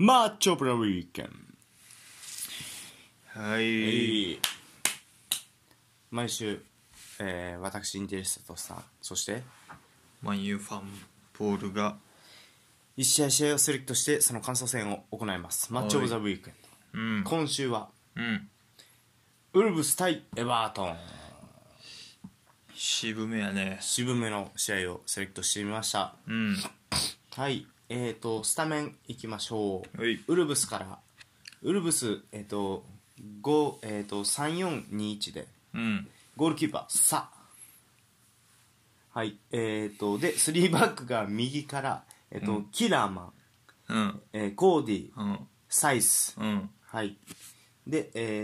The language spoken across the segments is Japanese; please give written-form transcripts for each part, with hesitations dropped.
マッチョブラウィーケン。 はい、 毎週、私インテリスタトさん、そしてマンユーファンポールが 1試合試合をセレクトしてその感想戦を行います。マッチオブザウィークエンド、今週は、ウルブス対エバートン。 渋めやね。 渋めの試合をセレクトしてみました。はい、スタメンいきましょう。ウルブスから、ウルブス、3-4-2-1 で、ゴールキーパーサ、はい、で3バックが右から、キラーマン、コーディ、サイス、はい、で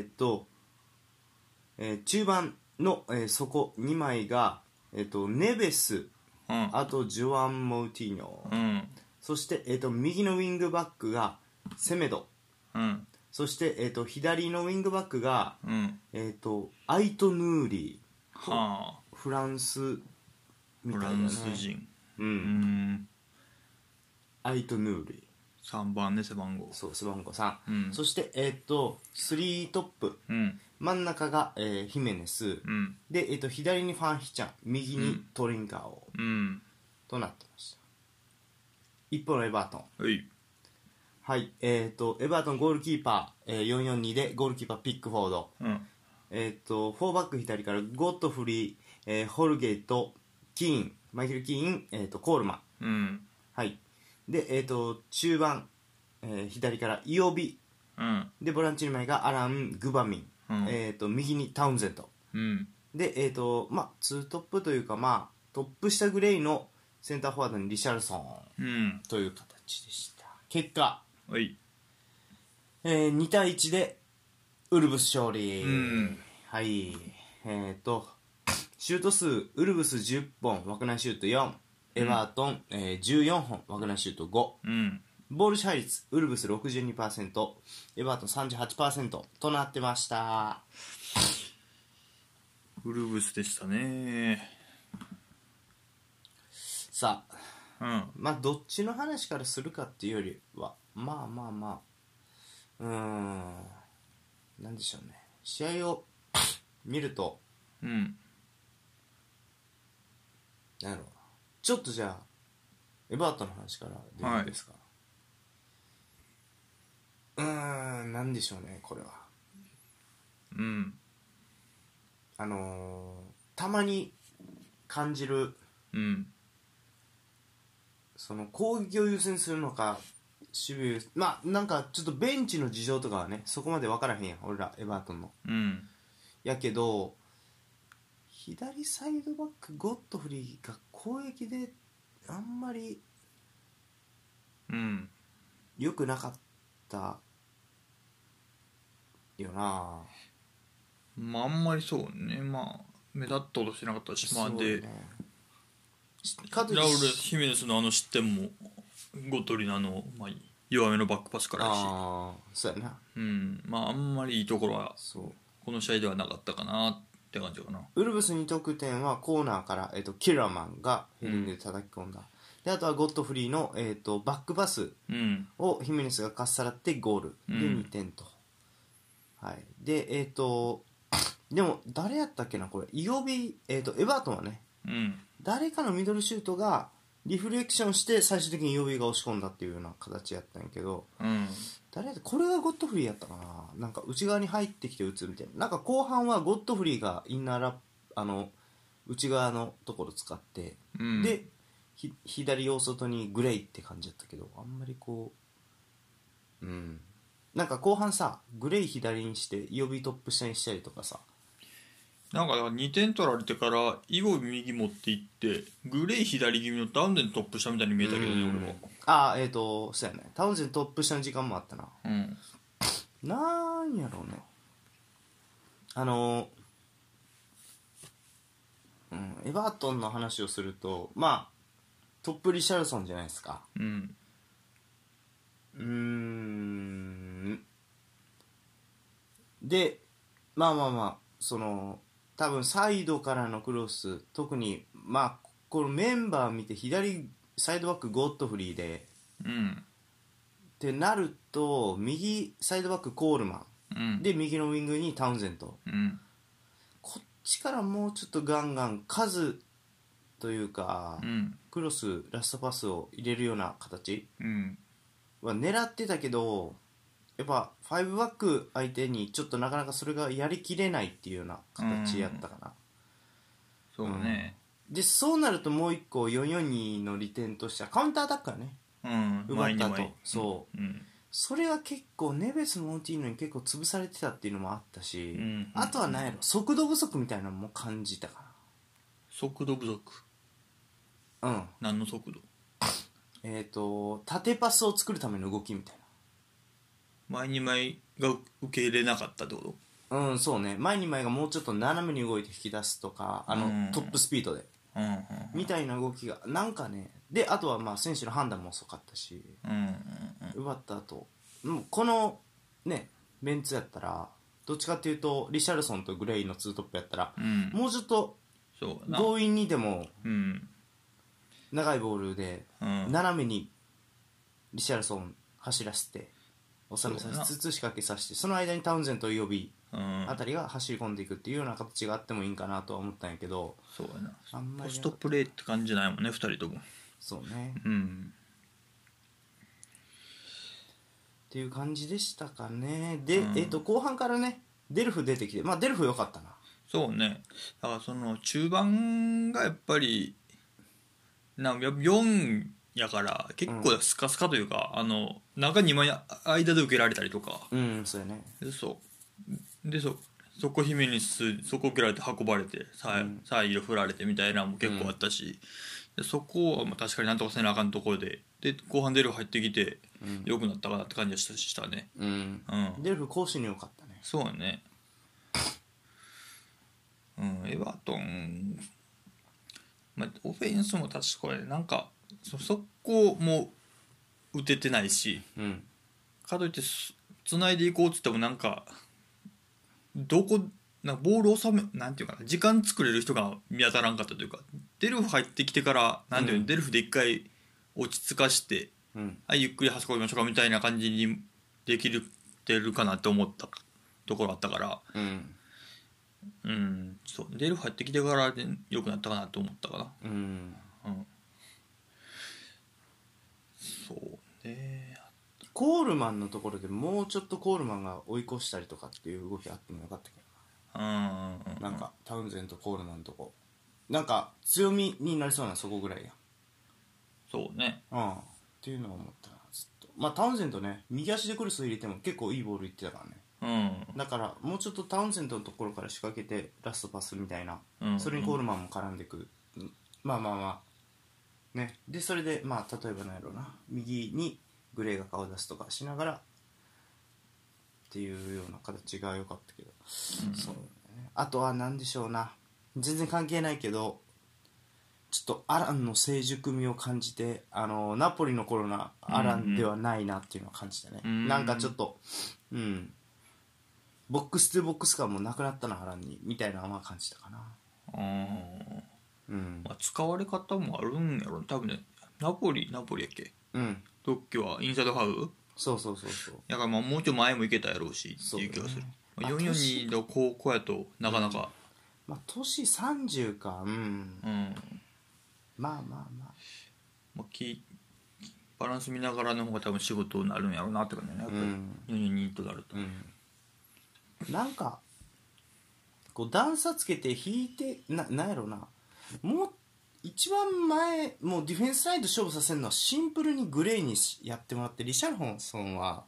中盤の、底2枚が、ネベス、あとジョアン・モウティーニョ、そして、右のウィングバックがセメド、そして、左のウィングバックが、アイト・ヌーリー、フランスみたいな、ね、 フランス人、 アイト・ヌーリー 3番ね、背番号。 そう、背番号3、そして3トップ、真ん中が、ヒメネス、で、左にファンヒチャン、右にトリンカオ、となってました。一方のエバートン、はい、エバートンゴールキーパー、4-4-2でゴールキーパーピックフォード、4バック左からゴッドフリー、ホルゲイト、キーン、マイケル・キーン、コールマン、はい、で、中盤、左からイオビ、でボランチ2枚がアラン・グバミン、右にタウンゼント、で、2トップというか、トップ下グレイのセンターフォワードにリシャルソン、という形でした。結果、2対1でウルブス勝利、はい、シュート数ウルブス10本、枠内シュート4、エバートン、14本、枠内シュート5、ボール支配率ウルブス 62%、エバートン 38% となってました。 ウルブスでしたね。 さあ、どっちの話からするかっていうよりは、なんでしょうね、試合を見ると、なんやろう、ちょっとじゃあエバートンの話からでいいですか。なんでしょうね、これは。たまに感じる、その攻撃を優先するのか守備、なんかちょっとベンチの事情とかはね、そこまで分からへんやん、俺らエバートンの、やけど左サイドバックゴッドフリーが攻撃であんまり良くなかったよな。 あんまりそうね、目立ったことしてなかったし、で、ラウル・ヒメネスの失点もゴトリの弱めのバックパスからし、 そうやな、 あんまりいいところはこの試合ではなかったかなって感じかな。 ウルブス2得点はコーナーから、キラーマンがヘディングで叩き込んだ、であとはゴッドフリーの、バックパスをヒメネスがかっさらってゴールで2点と、はい、ででも誰やったっけなこれ、イオビ、エバートンはね、誰かのミドルシュートがリフレクションして最終的にイオビが押し込んだっていうような形やったんやけど、誰やったこれがゴッドフリーやったかな、なんか内側に入ってきて打つみたいな、なんか後半はゴッドフリーがインナーラ内側のところ使って、で左大外にグレイって感じだったけど、あんまりこうなんか後半さ、グレイ左にしてイオビトップ下にしたりとかさ、 なんか2点取られてからイオビ右持っていってグレイ左気味のタウンゼントップ下みたいに見えたけどね、俺は。 そうやね、タウンゼントップ下の時間もあったな。なんやろうね、エバートンの話をすると、トップリシャルソンじゃないですか。でその多分サイドからのクロス、特にこのメンバー見て左サイドバックゴッドフリーで、 ってなると右サイドバックコールマン、で右のウィングにタウンゼント、こっちからもうちょっとガンガン数というか、クロスラストパスを入れるような形は狙ってたけど、やっぱ5バック相手にちょっとなかなかそれがやりきれないっていうような形やったかな、 そうね、 でそうなるともう一個442の利点としてはカウンターアタックだね、奪った後、そう、それは結構ネベス・モンティーノに結構潰されてたっていうのもあったし、あとは何やろ速度不足みたいなのも感じたか速度不足、何の速度？ 縦パスを作るための動きみたい前に前が受け入れなかったってこと？そうね、前に前がもうちょっと斜めに動いて引き出すとか、トップスピードで、みたいな動きがなんかね、であとはまあ選手の判断も遅かったし、奪った後このねメンツやったらどっちかっていうとリシャルソンとグレイのツートップやったら、もうちょっと強引にでも、長いボールで斜めにリシャルソン走らせて収めさせつつ仕掛けさせて、その間にタウンゼント予備あたりが走り込んでいくっていうような形があってもいいんかなとは思ったんやけど、 そうやな、あんまりポストプレーって感じじゃないもんね、2人とも。 そうね、っていう感じでしたかね。で、後半からねデルフ出てきて、まあデルフ良かったな。 そうね、だからその中盤がやっぱり4やから結構スカスカというか、中2枚間で受けられたりとか、 そうやね。 でそこヒメネスそこ受けられて運ばれてサイド振られてみたいなのも結構あったし、でそこはまあ確かになんとかせなあかんところで後半デルフ入ってきて良くなったかなって感じがしたね。 デルフ攻守に良かったね。 そうね、エバートン、オフェンスも確かになんかそこも打ててないし、かといってつないでいこうっつってもなんかボールを収めなんていうかな、時間作れる人が見当たらんかったというか、デルフ入ってきてからなんていうの、デルフで一回落ち着かして、ゆっくり運びましょうかみたいな感じにできてるかなって思ったところあったから、そうデルフ入ってきてからで良くなったかなと思ったかな。そうね、 コールマンのところでもうちょっとコールマンが追い越したりとかっていう動きあってもよかったけどな。なんかタウンゼントコールマンのとこなんか強みになりそうな、そこぐらいや。 そうね、 っていうのを思ったな、ずっと。まあタウンゼントね、右足でクロス入れても結構いいボールいってたからね。だからもうちょっとタウンゼントのところから仕掛けてラストパスみたいな、それにコールマンも絡んでくる。まあね、でそれでまあ例えばなんやろうな、右にグレーが顔を出すとかしながらっていうような形が良かったけど、そうね。あとは何でしょうな、全然関係ないけどちょっとアランの成熟味を感じて、ナポリの頃のアランではないなっていうのを感じたね。なんかちょっとボックス2ボックス感もなくなったなアランにみたいなのは感じたかな。 使われ方もあるんやろ多分ね。ナポリやっけ、時はインサイドハウそうだからまあもうちょい前もいけたやろうしっていう気がする。442の高校やとなかなか、 年30か、まあバランス見ながらの方が多分仕事になるんやろうなって感じね、やっぱり442となると、 なんかこう段差つけて引いてなんやろうな、もう一番前もうディフェンスサイド勝負させるのはシンプルにグレーにやってもらって、リシャルソンは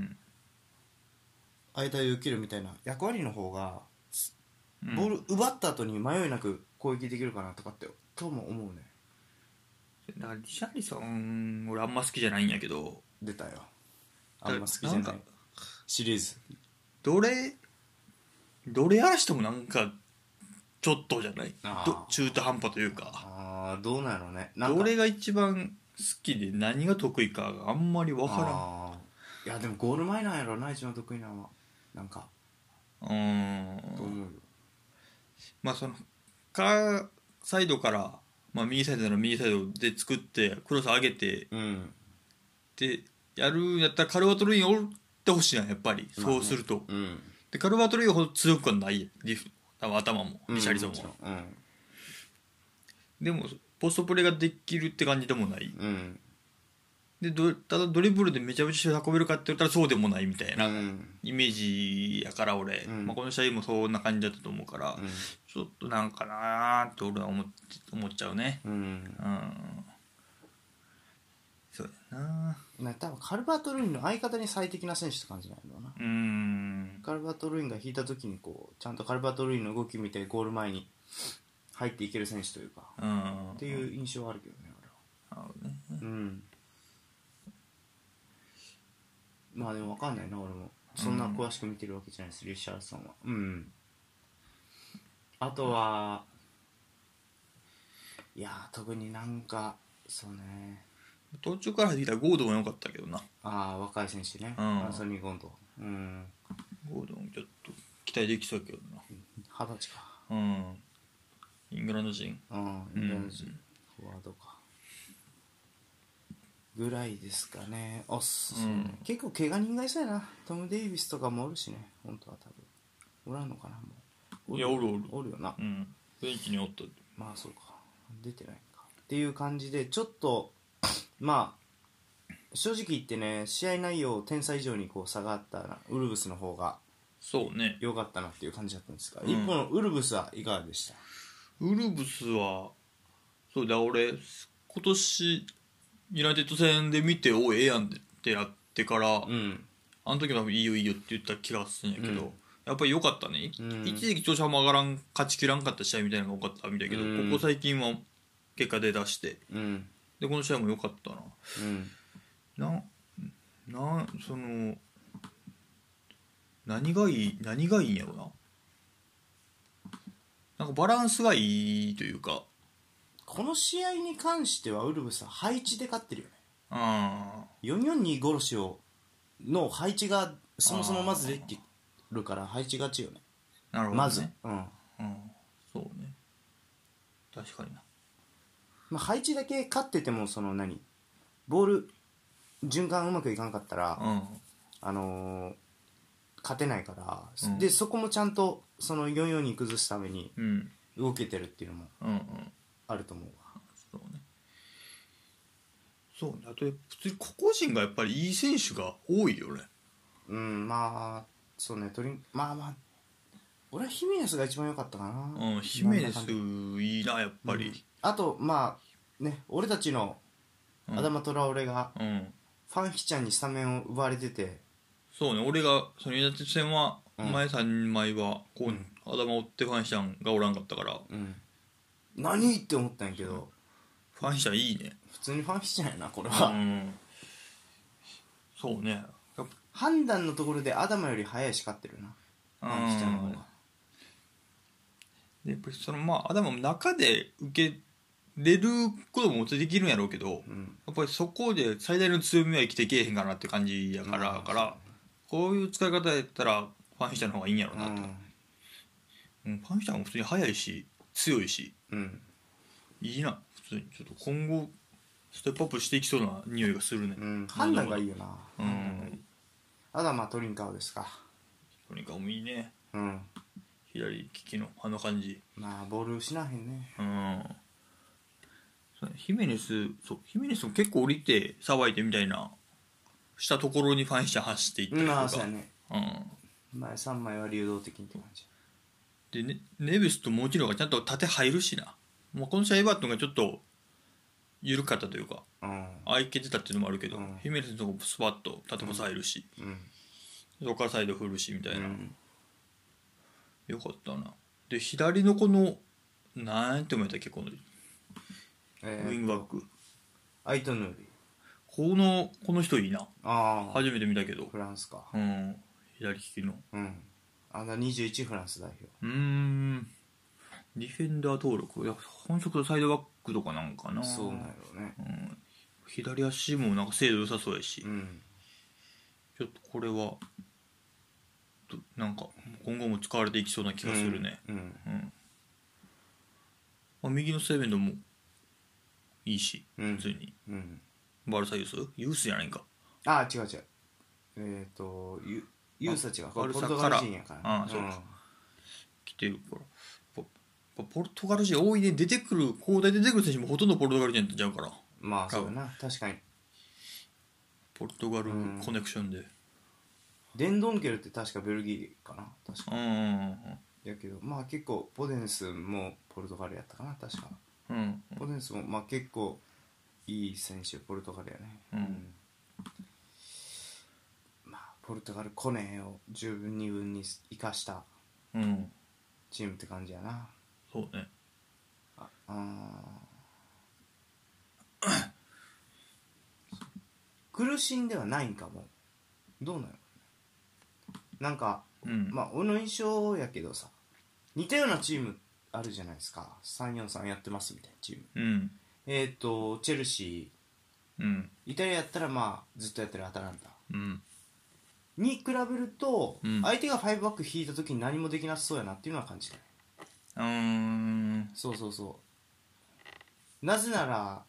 間で受けるみたいな役割の方がボール奪った後に迷いなく攻撃できるかなとかってとも思うね。 だからリシャリソン俺あんま好きじゃないんやけど、 出たよ、あんま好きじゃないシリーズ。 どれやらしてもなんかちょっとじゃない、中途半端というか、 どうなんやろうね。 どれが一番好きで何が得意かがあんまり分からん。 いやでもゴール前なんやろな、一番得意なのは。なんかと思うよ。 そのサイドから、右サイドなら右サイドで作ってクロス上げて、でやるんやったらカルバトルインおってほしいなやっぱり、 まあねそうすると、 うん、 でカルバトルインほど強くはないリフ多分頭もリシャリソンも、 うんでもポストプレーができるって感じでもない、 うん、 でただドリブルでめちゃめちゃ運べるかって言ったらそうでもないみたいなうんイメージやから俺、 うんこの試合もそんな感じだったと思うから、 うんちょっとなんかなーって俺は思っちゃうね。 うん、 そうやな。 多分カルバート・ルインの相方に最適な選手って感じないのな。カルバート・ルインが引いた時にこうちゃんとカルバート・ルインの動き見てゴール前に入っていける選手というか、っていう印象はあるけどね俺は。まあでも分かんないな俺もそんな詳しく見てるわけじゃないです、リシャルソンは。あとはいや特になんかそうね、 途中から入ってきたゴードンは良かったけどな。 若い選手ね、アンソニー・ゴンドン、 ゴードンちょっと期待できそうやけどな。 20歳か。 イングランド人。 イングランド人、フォワードかぐらいですかね。結構怪我人がいそうやな。トム・デイビスとかもおるしね、本当は多分おらんのかな。もういやおるよな。 ベンチにおった。 まあそうか、出てないかっていう感じで、ちょっとまあ正直言ってね、試合内容点差以上にこう差があったなウルブスの方がそうね良かったなっていう感じだったんですが、一方のウルブスはいかがでした？ ウルブスはそうだ、俺今年ユナイテッド戦で見てええやんってやってから、あの時も多分いいよいいよって言った気がするんやけど、やっぱり良かったね、一時期調子も上がらん勝ちきらんかった試合みたいなのが多かったみたいけど、ここ最近は結果出だして、でこの試合も良かったな、その何がいいんやろな、なんかバランスがいいというか、 この試合に関してはウルブスは配置で勝ってるよね。442殺しをの配置がそもそもまずできてるから配置勝ちよね。 なるほどね、 まずそうね、確かにな、 配置だけ勝っててもそのボール循環うまくいかんかったら、勝てないから、でそこもちゃんとその4-4に崩すために動けてるっていうのもあると思うわ。 そうね、あと普通に個々人がやっぱりいい選手が多いよね。 まあそうね、俺はヒメネスが一番良かったかな。 ヒメネスいいなやっぱり、 あとね、俺たちのアダマ・トラオレがファンヒちゃんにスタメンを奪われてて、 そうね、俺がそのユナイテッド戦は前3枚はこう、アダマ追ってファンヒちゃんがおらんかったから、 何って思ったんやけど、 ファンヒちゃんいいね、 普通にファンヒちゃんやなこれは。 そうね、 判断のところでアダマより早いし勝ってるな、ファンヒちゃんの方が。 やっぱりそのアダマも中で受けれることもできるんやろうけど、やっぱりそこで最大の強みは生きていけへんかなって感じやから、こういう使い方やったらファンヒちゃんの方がいいんやろうなと、ファンヒちゃんも普通に速いし強いし、いいな、普通にちょっと今後ステップアップしていきそうな匂いがするね、 判断がいいよな。アダマトリンカーですか。 トリンカーもいいね、左利きのあの感じ、 ボール失わへんね。 ヒメネスも結構降りてさばいてみたいなしたところにファンヒちゃん走っていったりとか、 そうやね、前3枚は流動的にって感じで、ネベスとモチロがちゃんと縦入るしな、この試合エバートンがちょっと緩かったというか、空いけてたっていうのもあるけど、ヒメネスのとこスパッと縦も入るし、そこからサイド振るしみたいな、よかったな。で左のこのなんて思ったっけ、このウィングバックアイトヌーリ、 この人いいな、初めて見たけど、 フランスか、 左利きの、 21フランス代表、 ディフェンダー登録、いや本職とサイドバックとかなんかな、 そうなんやろね、 左足もなんか精度良さそうやし、ちょっとこれはなんか今後も使われていきそうな気がするね、右のセーベンドもいいし、普通に、バルサユースじゃないんか、 あ違う違うユーサチがポルトガル人やから、 そうか、来てるからポルトガル人多いね。交代で出てくる選手もほとんどポルトガル人やったんちゃうから。 まあそうだな、確かにポルトガルコネクションで、 デンドンケルって確かベルギーかな、確かやけど、まあ結構ポデンスもポルトガルやったかな、確か、ポデンスもまあ結構いい選手、ポルトガルやね、まあポルトガルコネを十分2軍に生かしたチームって感じやな。 そうね。 苦しんではないんかも。どうなのなんか、まあ俺の印象やけどさ、似たようなチームあるじゃないですか。343やってますみたいなチーム、チェルシー、イタリアやったらまあずっとやってるアタランタ、に比べると、相手が5バック引いた時に何もできなさそうやなっていうのは感じたね。そうそうそう。なぜなら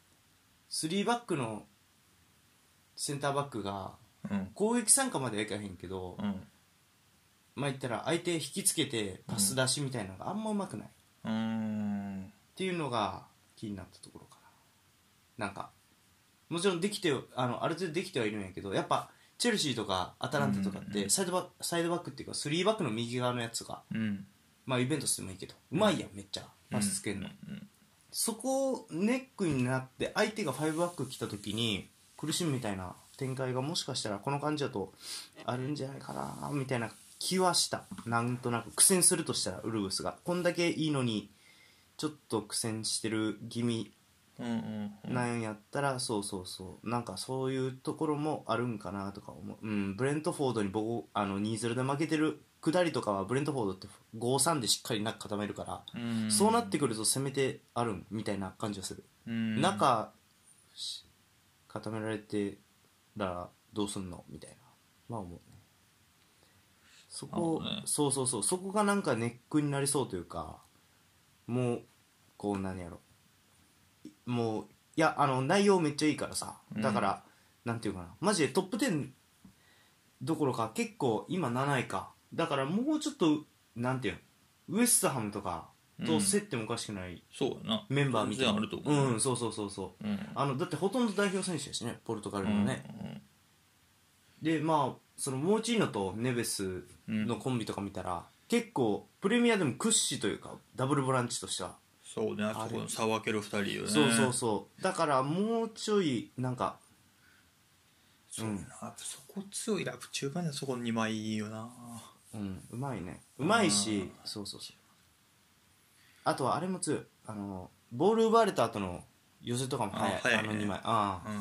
3バックのセンターバックが攻撃参加まではいかへんけど、まあ言ったら相手引きつけてパス出しみたいなのがあんまうまくない、っていうのが気になったところかな。なんかもちろんできてある程度できてはいるんやけど、やっぱチェルシーとかアタランタとかってサイドバックっていうか3バックの右側のやつが、まあイベントしてもいいけどうまいやん、めっちゃパスつけるの、そこネックになって相手が5バック来た時に苦しむみたいな展開がもしかしたらこの感じだとあるんじゃないかなみたいな気はした。なんとなく苦戦するとしたらウルブスがこんだけいいのにちょっと苦戦してる気味なんやったら、そうそうそう、なんかそういうところもあるんかなとか思う。ブレントフォードに2-0で負けてる下りとかはブレントフォードって 5-3 でしっかり中固めるから、そうなってくると攻めてあるんみたいな感じがする。中固められてらどうすんのみたいな、まあ思うね。そこ、そうそうそう、そこがなんかネックになりそうというか、もうこう何やろ、もういや内容めっちゃいいからさ、だから、なんていうかな、マジでトップ10どころか結構今7位か、だからもうちょっとなんていうの、ウエストハムとかと競ってもおかしくないメンバーみたいな、そうそうそうそう、だってほとんど代表選手やしね、ポルトガルのね、でまあそのモーチーノとネベスのコンビとか見たら、結構プレミアでも屈指というかダブルボランチとしてはそうね、あそこの差分ける2人よね。 そうそうそう、だからもうちょいなんかそうな、そこ強いラップ中盤でそこ2枚いいよな。 うまいね、うまいし、そうそうそう、あとはあれも強い、ボール奪われた後の寄せとかも早い、 早いね、 2枚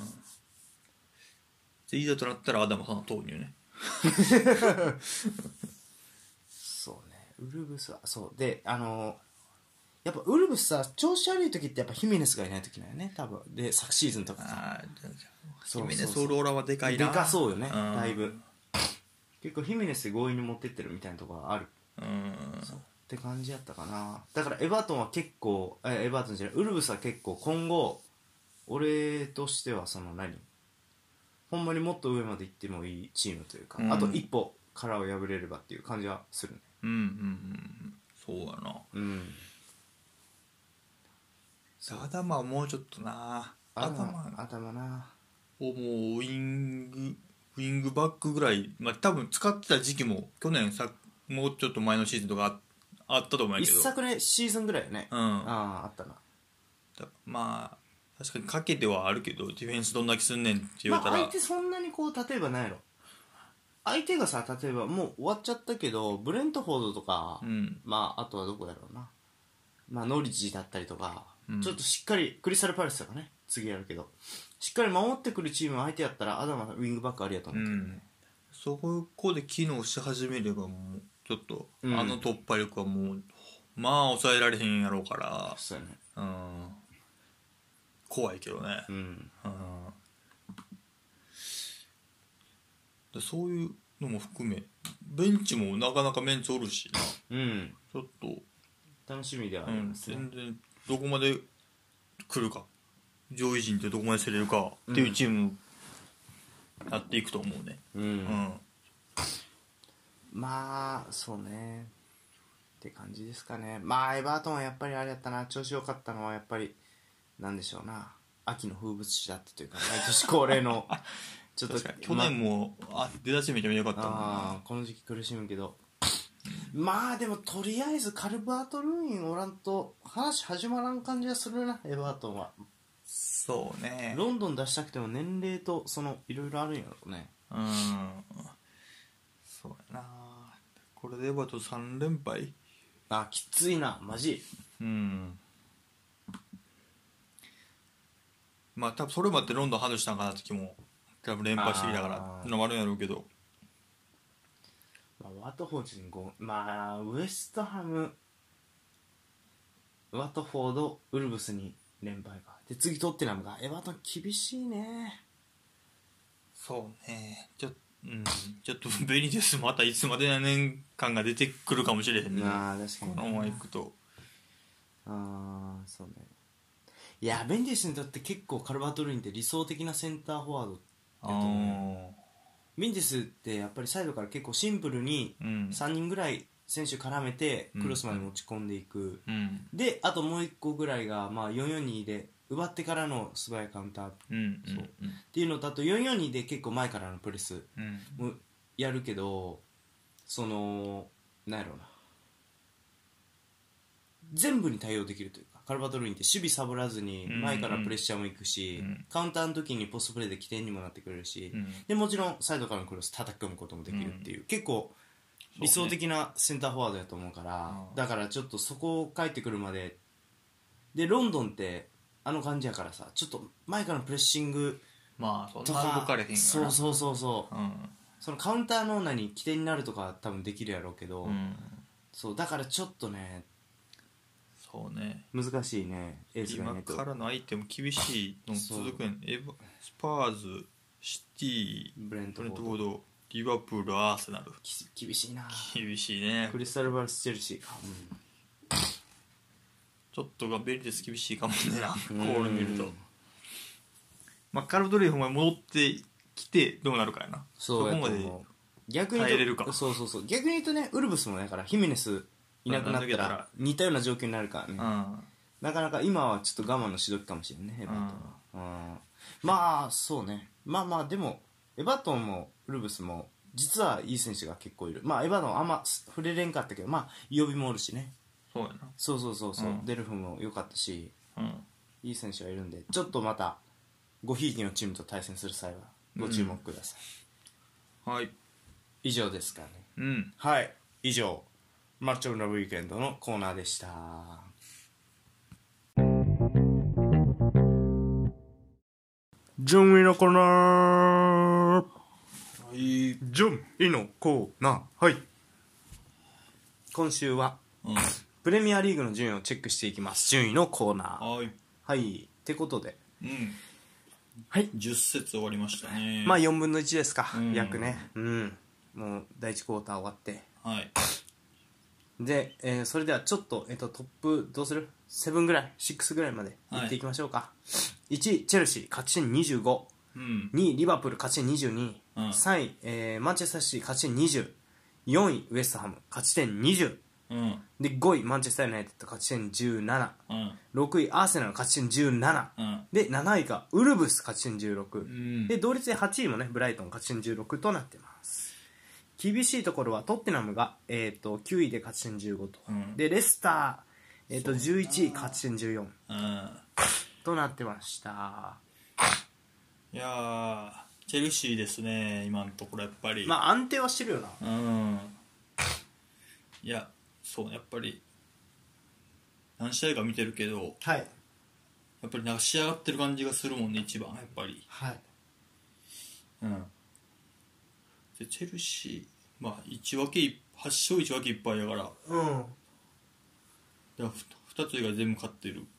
でいざとなったらアダムさんの投入ねそうね、ウルブスはそうで、やっぱウルブスさ、調子悪い時ってやっぱヒメネスがいない時なんよね多分。で昨シーズンとかさ、 ヒメネスオーローラはでかいな、 でかそうよね、だいぶ結構ヒメネスで強引に持ってってるみたいなところがある、そうって感じやったかな。だからエバートンは結構エバートンじゃない、ウルブスは結構今後俺としてはそのほんまにもっと上まで行ってもいいチームというか、あと一歩殻を破れればっていう感じはするね。 そうやな。 そうアダマはもうちょっとな、 頭なもうウイングバックぐらい、多分使ってた時期も去年もうちょっと前のシーズンとかあったと思うけど、 一昨年シーズンぐらいよね、あったな。 まあ確かにかけてはあるけど、ディフェンスどんだけすんねんって言われたら、 相手そんなにこう、例えば何やろ、相手がさ、例えばもう終わっちゃったけどブレントフォードとか、あとはどこやろうな、ノリッジだったりとか、ちょっとしっかりクリスタルパレスとかね次やるけど、しっかり守ってくるチーム相手やったらアダマウィングバックありやと思うけどね、 そこで機能し始めればもうちょっと、突破力はもう抑えられへんやろうから、 そうやね、 怖いけどね、そういうのも含めベンチもなかなかメンツおるしな、ちょっと楽しみではありますね、 全然どこまで来るか、上位陣ってどこまで競れるかっていうチームやっていくと思うね。 まあそうねって感じですかね。まあエバートンはやっぱりあれやったな、調子良かったのはやっぱりなんでしょうな、秋の風物詩だったというか、毎年恒例のちょっと去年も、出だしめちゃめちゃ良かったもんな。 この時期苦しむけど、まあでもとりあえずカルバート・ルーインおらんと話始まらん感じはするな、エバートンは。 そうね、 ロンドン出したくても年齢といろいろあるんやろね。 そうやな。これでエバートン3連敗、 きついなマジ。 まあ多分それもあってロンドン外したんかなって気も、多分連敗してきたからのもあるんやろうけど、 ワトフォードにウエストハム、ワトフォード、ウルブスに連敗がで、次トッテナムが、エバートン厳しいね。 そうね、ちょっとベニテスまたいつまでやねん感が出てくるかもしれへんね。 確かにこのままいくと。 そうね。いやベニテスにとって結構カルバート・ルインって理想的なセンターフォワードだと思う。ベニテスってやっぱりサイドから結構シンプルに3人ぐらい選手絡めてクロスまで持ち込んでいく、であともう1個ぐらいが、442で奪ってからの素早いカウンター、っていうのと、あと442で結構前からのプレスもやるけど、なんやろうな、全部に対応できるというか、カルバート・ルインって守備サボらずに前からプレッシャーもいくし、カウンターの時にポストプレーで起点にもなってくれるし、でもちろんサイドからのクロス叩き込むこともできるっていう、結構理想的なセンターフォワードやと思うから、だからちょっとそこを帰ってくるまでで、ロンドンってあの感じやからさ、ちょっと前からのプレッシングとか、動かれへんから、 そのカウンターの起点になるとか多分できるやろうけど、そうだからちょっとね、 そうね、 難しいね、エースがいないと。 今からの相手も厳しいの続くやん。スパーズ、シティ、 ブレントフォード、リバプール、アーセナル、 厳しいな。 厳しいね。 クリスタルバルスチェルシーか、 ちょっとがベリテス厳しいかもねな、コール見ると。カルバト・ルイン戻ってきてどうなるかやな。 そこまで逆に耐えれるか。 そう逆に言うとね、ウルブスもだからヒメネスいなくなったら似たような状況になるからね、なかなか今はちょっと我慢のしどきかもしれんね、エバートンは。そうね、でもエバートンもウルブスも実はいい選手が結構いる。エバートンあんま触れれんかったけど、予備もおるしね。 そうやな。 そう、デルフも良かったし、いい選手がいるんで、ちょっとまたごひいきのチームと対戦する際はご注目ください。 はい、 以上ですかね。はい、以上マルチョルのウィークエンドのコーナーでした。順位のコーナー。順位のコーナー。はい。今週は、プレミアリーグの順位をチェックしていきます。順位のコーナー。はい。ってことで、はい、 10節終わりましたね。 4分の1ですか、約ね。もう第1クォーター終わって、で、それではちょっと、トップどうする ?7 ぐらい6ぐらいまでいっていきましょうか。1位チェルシー勝ち点25、2位リバプール勝ち点22、3位、マンチェスターシティ勝ち点20、4位ウエストハム勝ち点20、で5位マンチェスターユナイテッド勝ち点17、6位アーセナル勝ち点17、で7位がウルブス勝ち点16、で同率で8位もねブライトン勝ち点16となってます。厳しいところはトッテナムが、9位で勝ち点15と、でレスター、11位勝ち点14、となってました。 いやチェルシーですね、今のところやっぱり。 安定はしてるよな。 いやそうやっぱり何試合か見てるけど、 やっぱり仕上がってる感じがするもんね、一番やっぱり。でチェルシー8勝1分け1敗やから、2つ以外全部勝ってる。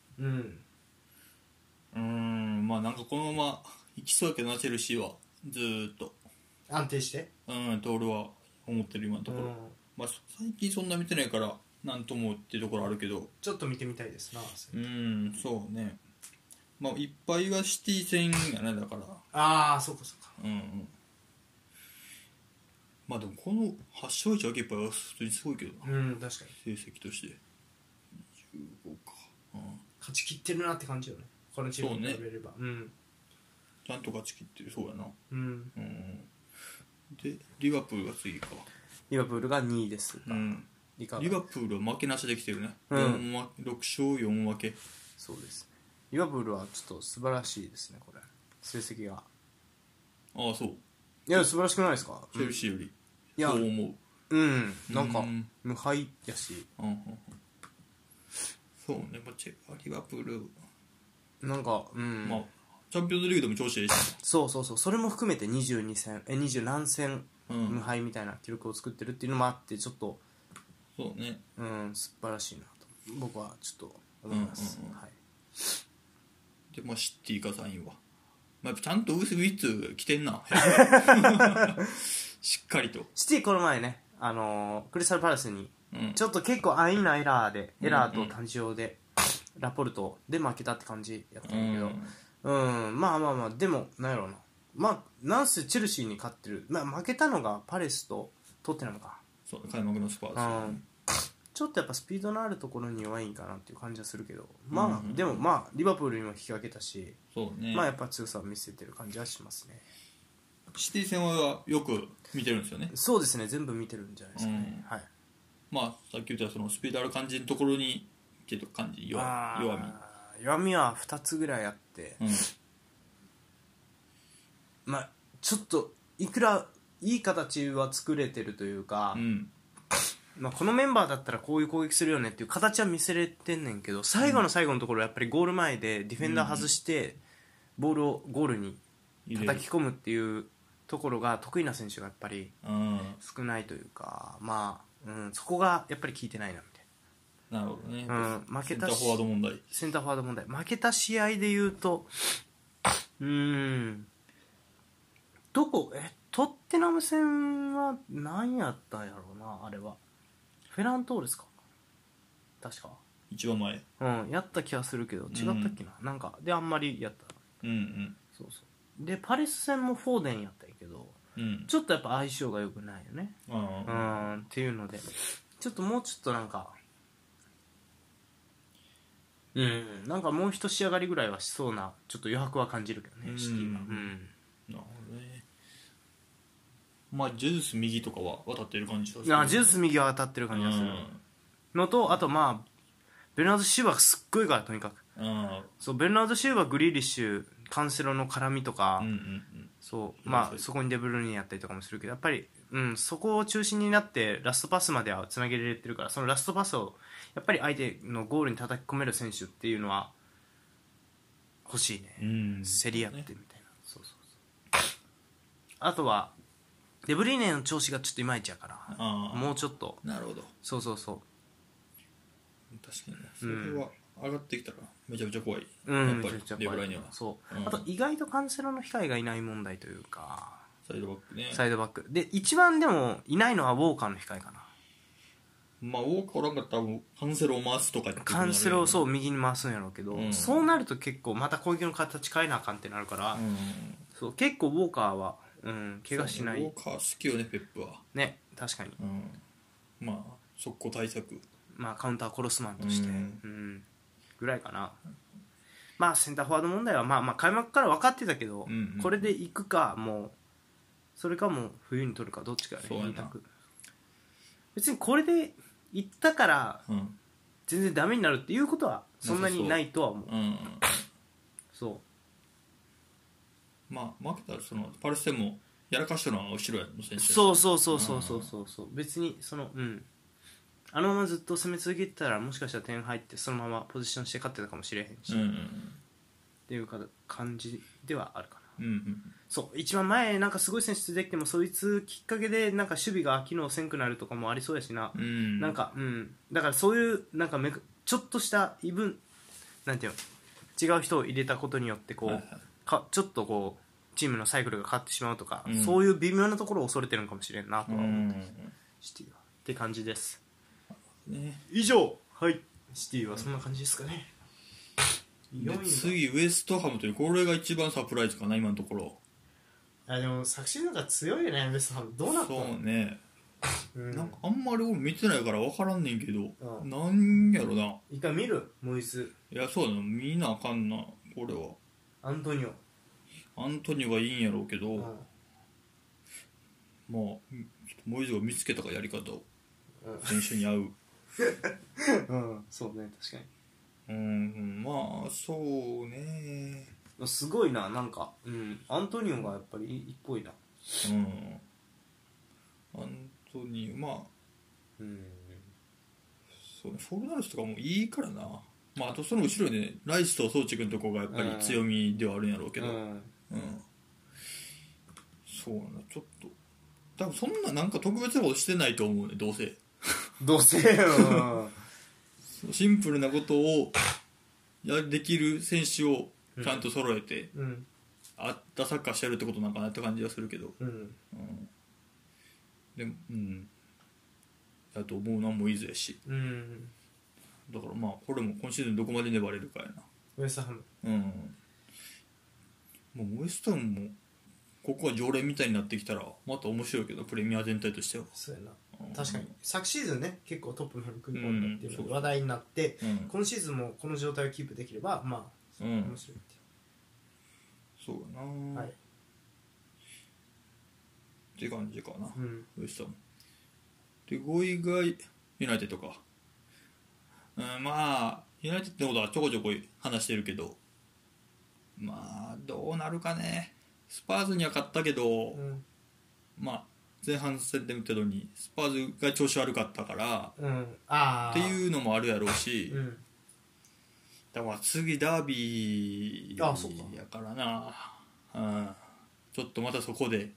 なんかこのままいきそうやけどな、チェルシーはずーっと安定してと俺は思ってる今のところ。最近そんな見てないからなんともっていうところあるけど、 ちょっと見てみたいですな。 そうね。いっぱいはシティ戦やね、だから。 そうかまあでもこの8勝1分けっぱいは普通にすごいけどな、 確かに成績として15か、 勝ち切ってるなって感じよね、このチームに比べれば。 ちゃんと勝ち切ってる。そうやな。でリバプールが次か。 リバプールが2位ですが、 リバプールは負けなしできてるね、6勝4分け。 そうですね、リバプールはちょっと素晴らしいですね、これ成績が。 ああ、そう。 いや素晴らしくないですか、 チェルシーより。 いやそう思う。 なんか無敗やし、 そうね、リバプールなんかまあチャンピオンズリーグでも調子いいし、 そうそれも含めて22戦20何戦無敗みたいな記録を作ってるっていうのもあって、ちょっとそうね、 素晴らしいなと僕はちょっと思います。 でまあシティか3位は、まあ、ちゃんとウィッツ来てんなしっかりと。 シティこの前ね、クリスタルパレスにちょっと結構安易なエラーと単勝でラポルトで負けたって感じやったんだけど、まあでもなんやろうな、なんせチェルシーに勝ってる、負けたのがパレスとトッテナムか。 そう開幕のスパーズ、 ちょっとやっぱスピードのあるところに弱いんかなっていう感じはするけど、でもリバプールにも引き分けたし、 そうね、 やっぱ強さを見せてる感じはしますね。 シティ戦はよく見てるんですよね。 そうですね、全部見てるんじゃないですかね。 まあさっき言ったそのスピードある感じのところにちょっと感じ弱みは2つぐらいあって、ちょっといくらいい形は作れてるというか、このメンバーだったらこういう攻撃するよねっていう形は見せれてんねんけど、最後の最後のところやっぱりゴール前でディフェンダー外してボールをゴールに叩き込むっていうところが得意な選手がやっぱり少ないというか、そこがやっぱり効いてないなみたいな。なるほどね、 負けたセンターフォワード問題。 センターフォワード問題。負けた試合でいうとトッテナム戦は何やったんやろうな、あれはフェラントーレスか確か一番前やった気がするけど違ったっけな、なんかであんまりやった。そうでパレス戦もフォーデンやったんやけど、ちょっとやっぱ相性が良くないよね、っていうのでちょっともうちょっとなんかなんかもう一仕上がりぐらいはしそうなちょっと余白は感じるけどね、シティは。なるほどね。ジュース右とかは渡ってる感じがする。ジュース右は当たってる感じがするのと、あとベルナード・シューバーがすっごいから、とにかくそうベルナード・シューバー、グリーリッシュ、カンセロの絡みとか、そこにデブルーニやったりとかもするけど、やっぱり、そこを中心になってラストパスまではつなげられてるから、そのラストパスをやっぱり相手のゴールに叩き込める選手っていうのは欲しいね、競り合ってみたいな。あとはデブリーネの調子がちょっといまいちやから、もうちょっと。 なるほど。 そう確かにね、それは上がってきたらめちゃめちゃ怖い、 やっぱりデブライネは。あと意外とカンセロの控えがいない問題というか、 サイドバックね。 サイドバックで一番でもいないのはウォーカーの控えかな。 ウォーカーおらんかったら多分カンセロを回すとかってカンセロを右に回すんやろうけど、そうなると結構また攻撃の形変えなあかんってなるから、結構ウォーカーは怪我しない。 ウォーカー好きよね、ペップはね。確かに、 速攻対策、 カウンターコロスマンとして、ぐらいかな。センターフォワード問題は開幕から分かってたけど、これでいくか、もうそれかもう冬に取るかどっちかね、2択。別にこれでいったから全然ダメになるっていうことはそんなにないとは思う。 負けたらそのパレス戦もやらかしたのは後ろやの選手。 そう別にあのままずっと攻め続けてたらもしかしたら点入ってそのままポジションして勝ってたかもしれへんし、っていう感じではあるかな。一番前なんかすごい選手できてもそいつきっかけでなんか守備が機能せんくなるとかもありそうやしな。なんかだからそういうなんかちょっとしたなんていうの、違う人を入れたことによってこう、ちょっとこうチームのサイクルが変わってしまうとか、そういう微妙なところを恐れてるのかもしれんなとは思って、シティはって感じです、以上。シティはそんな感じですかね。 次ウエストハムという、これが一番サプライズかな今のところ。 でも昨シーズンが強いよね、ウエストハム。どうなったの？ そうね、なんかあんまり俺見てないから分からんねんけど、 うんなんやろな。 一回見るモイス。 いや、そうだな、見なあかんな、俺は。 アントニオ。 アントニオがいいんやろうけど、 うんまあちょっとモイズが見つけたかやり方を選手に合ううんそうね、確かまあそうね。 にすごいな、なんか、アントニオがやっぱりいいっぽいな。 アントニオ、まあうんそうね、フォルナルスとかもいいからな。まああとその後ろでね、ライスとソーチ君のとこがやっぱり強みではあるんやろうけど、そうな、ちょっと多分そんななんか特別なことしてないと思うね、どうせシンプルなことをできる選手をちゃんと揃えて、あったサッカーしてるってことなんかなって感じはするけど、でもだと思うな、もういずれし、だからまあこれも今シーズンどこまで粘れるかやな。 ウエストハムもうウエストハムもここは常連みたいになってきたらまた面白いけど、プレミア全体としては。 そうやな、確かに昨シーズンね結構トップの方に食い込んだっていうのが話題になって、今シーズンもこの状態をキープできればまあ面白いっていう、 そうやな、って感じかな、ウエストハムで。5位がユナイテッドか。まあユナイテッドのことはちょこちょこ話してるけど、まあどうなるかね。スパーズには勝ったけど、まあ前半戦で見たのにスパーズが調子悪かったから、っていうのもあるやろうし、だから次ダービーやからな、ちょっとまたそこで、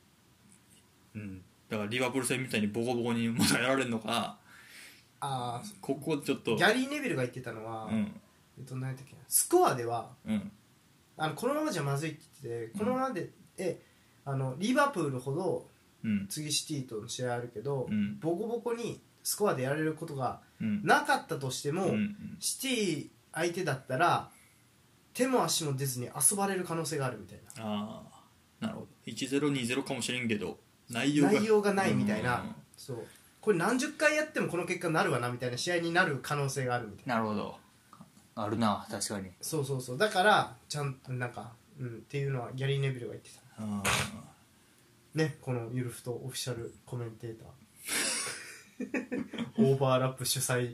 だからリバプール戦みたいにボコボコにまたやられるのか。ここちょっとギャリー・ネビルが言ってたのは、何だっけな、スコアでは、このままじゃまずいって言ってて、このままでリバプールほど次シティとの試合あるけど、ボコボコにスコアでやられることがなかったとしても、シティ相手だったら手も足も出ずに遊ばれる可能性があるみたいな。 なるほど。 1-0 2-0 かもしれんけど内容がないみたいな、そうこれ何十回やってもこの結果になるわなみたいな試合になる可能性があるみたいな。 なるほど、あるな、確かに。 そうだからちゃんとなんか、っていうのはギャリー・ネビルが言ってたね、このゆるふとオフィシャルコメンテーターオーバーラップ主催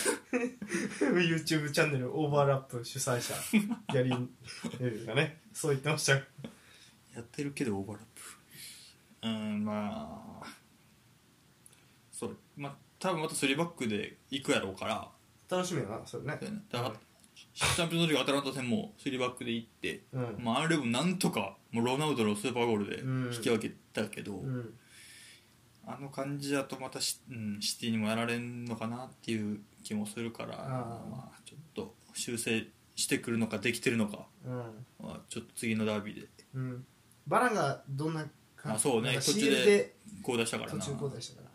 YouTube チャンネルオーバーラップ主催者ギャリー・ネビルがねそう言ってました。やってるけどオーバーラップ、まあそう、まあ多分また3バックで行くやろうから楽しみやなそれね。 だからチャンピオンズリーグアタランタ戦も3バックで行って、まああれもなんとかもうロナウドのスーパーゴールで引き分けたけど、あの感じだとまたシティにもやられんのかなっていう気もするから、まあちょっと修正してくるのかできてるのか、まあ、ちょっと次のダービーで、 バランがどんな感じ。 そうね、途中でこう出したからな。 途中交代したから、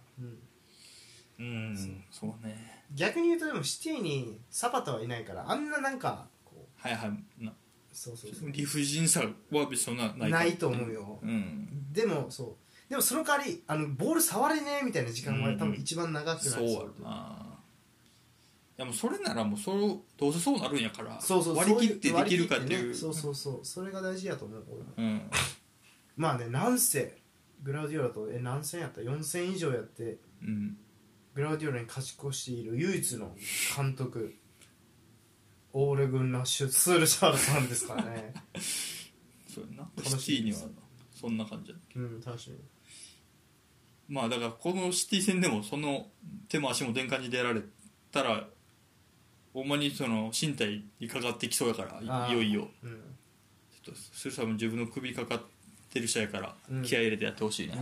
そうね。 逆に言うとでもシティにサパタはいないからあんななんかこうそう理不尽さはそんなないと思うよ、でもその代わりボール触れねえみたいな時間が多分一番長くなりそう。 そうやな。でもそれならもうどうせそうなるんやから、 割り切ってできるかっていう、 そうそれが大事やと思う、まあね、なんせグラウディオラと何戦やった、4戦以上やって、グラウディオラに勝ち越している唯一の監督オーレ・グンナー・シュツールシャールさんですからねそうやな、シティにはそんな感じだっけ。 楽しみ。 まあだからこのシティ戦でもその手も足も出ん感じでやられたらほんまにその身体にかかってきそうやから、いよいよ、ちょっとスルサも自分の首かかってる人やから気合い入れてやってほしいね。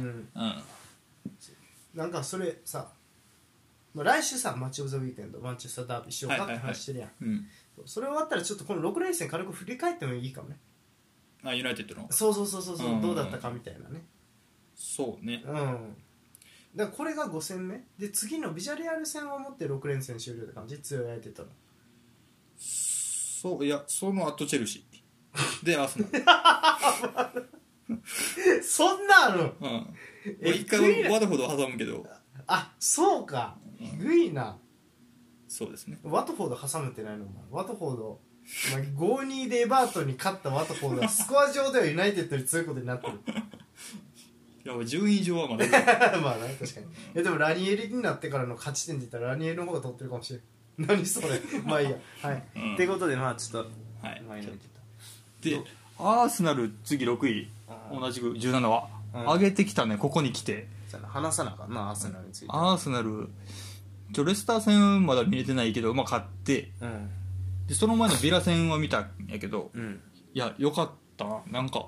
なんかそれさ、来週さマッチオブザウィークエンドマンチェスターダービーしようかって話してるやん、それ終わったらちょっとこの6連戦軽く振り返ってもいいかもね。 ユナイテッドのそうどうだったかみたいなね。 そうね、 だからこれが5戦目で次のビジャレアル戦をもって6連戦終了って感じ。強い相手とのそういやその後チェルシーでアーセナルそんなあるん。 一回ワトフォード挟むけど。 あ、そうか。グいな。 そうですね。 ワトフォード挟むってないの？ワトフォード、5-2でエバートンに勝ったワトフォードはスコア上ではユナイテッドに強いことになってる。 いや順位上はまだまあね、確かに。でもラニエリになってからの勝ち点で言ったらラニエリの方が取ってるかもしれん。何それ。まあいいや。はい。ってことでまあちょっと、 はい、 マイナーでアーセナル次6位同じく17は、上げてきたね。ここに来て話さなあかんな、アーセナルについて。 アーセナルレスター戦まだ見れてないけど、まあ、勝って、でその前のビラ戦は見たんやけど、いやよかったな。なんか、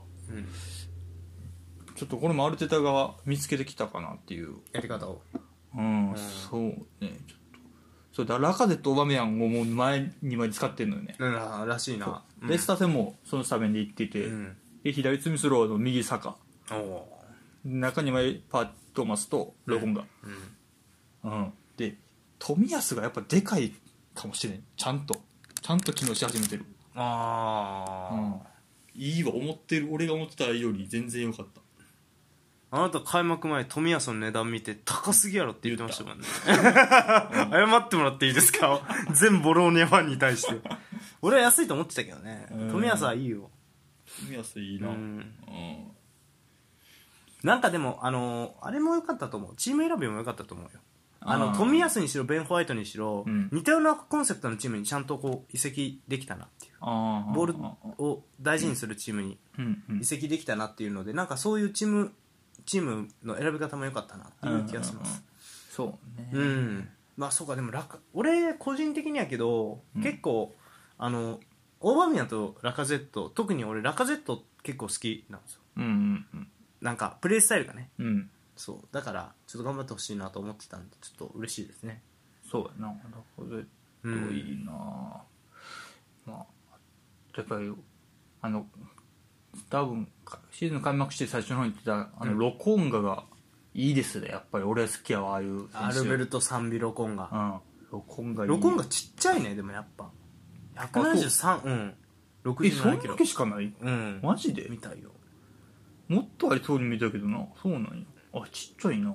ちょっとこれもアルテタが見つけてきたかなっていうやり方を。 そうね。ちょっとそうだ、ラカゼットオバメヤンをもう前にまで使ってるのよね。 らしいな。 レスター戦もそのスタメンで行ってて、で左スミスローの右サカ、中に前パートーマスとロコンガ、で冨安がやっぱでかいかもしれん。ちゃんと機能し始めてる。いいわ。俺が思ってたより全然良かった。 あなた開幕前冨安の値段見て高すぎやろって言ってましたもんね。謝ってもらっていいですか？全ボローニャファンに対して。俺は安いと思ってたけどね。冨安はいいよ。 冨安いいな。 なんかでもあれも良かったと思う。チーム選びも良かったと思うよ。冨安にしろベン・ホワイトにしろ、似たようなコンセプトのチームにちゃんとこう移籍できたなっていう。ボールを大事にするチームに移籍できたなっていうので、なんかそういうチームの選び方も良かったなっていう気がします。 そうね。 まあそうか。でも俺個人的にやけど、結構オーバーミヤンとラカゼット、特に俺ラカゼット結構好きなんですよ。なんかプレースタイルがね。そうだからちょっと頑張ってほしいなと思ってたんで、ちょっと嬉しいですね。 そうやな。ラカゼットいいな。まあやっぱり多分シーズン開幕して最初の方に言ってたロコンガがいいですね。やっぱり俺好きやわ、ああいう選手。 アルベルト・サンビ・ロコンガ。 ロコンガいい。 ロコンガちっちゃいね。でもやっぱ173、67キロ。 そんだけしかない？マジで？ みたいよ。 もっとありそうに見たけどな。そうなんや。ちっちゃいな。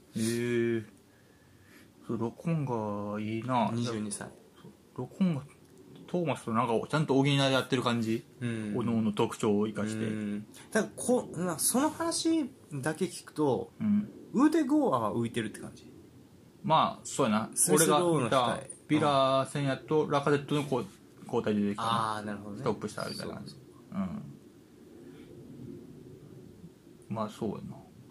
ロコンガいいな。 22歳。 ロコンガトーマスとなんかちゃんと補い合ってる感じ、おのおの特徴を生かして。 だからその話だけ聞くと、ウーデゴーアは浮いてるって感じ。 まあそうやな。俺が見たビラ戦やとラカゼットの交代で出てきた。 なるほどね。 トップしたみたいな感じ。まあそうや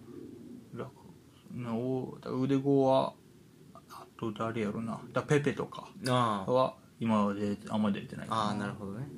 な。ウーデゴーはあと誰やろな。ペペとかは今はあんまり出てないかな。 なるほどね。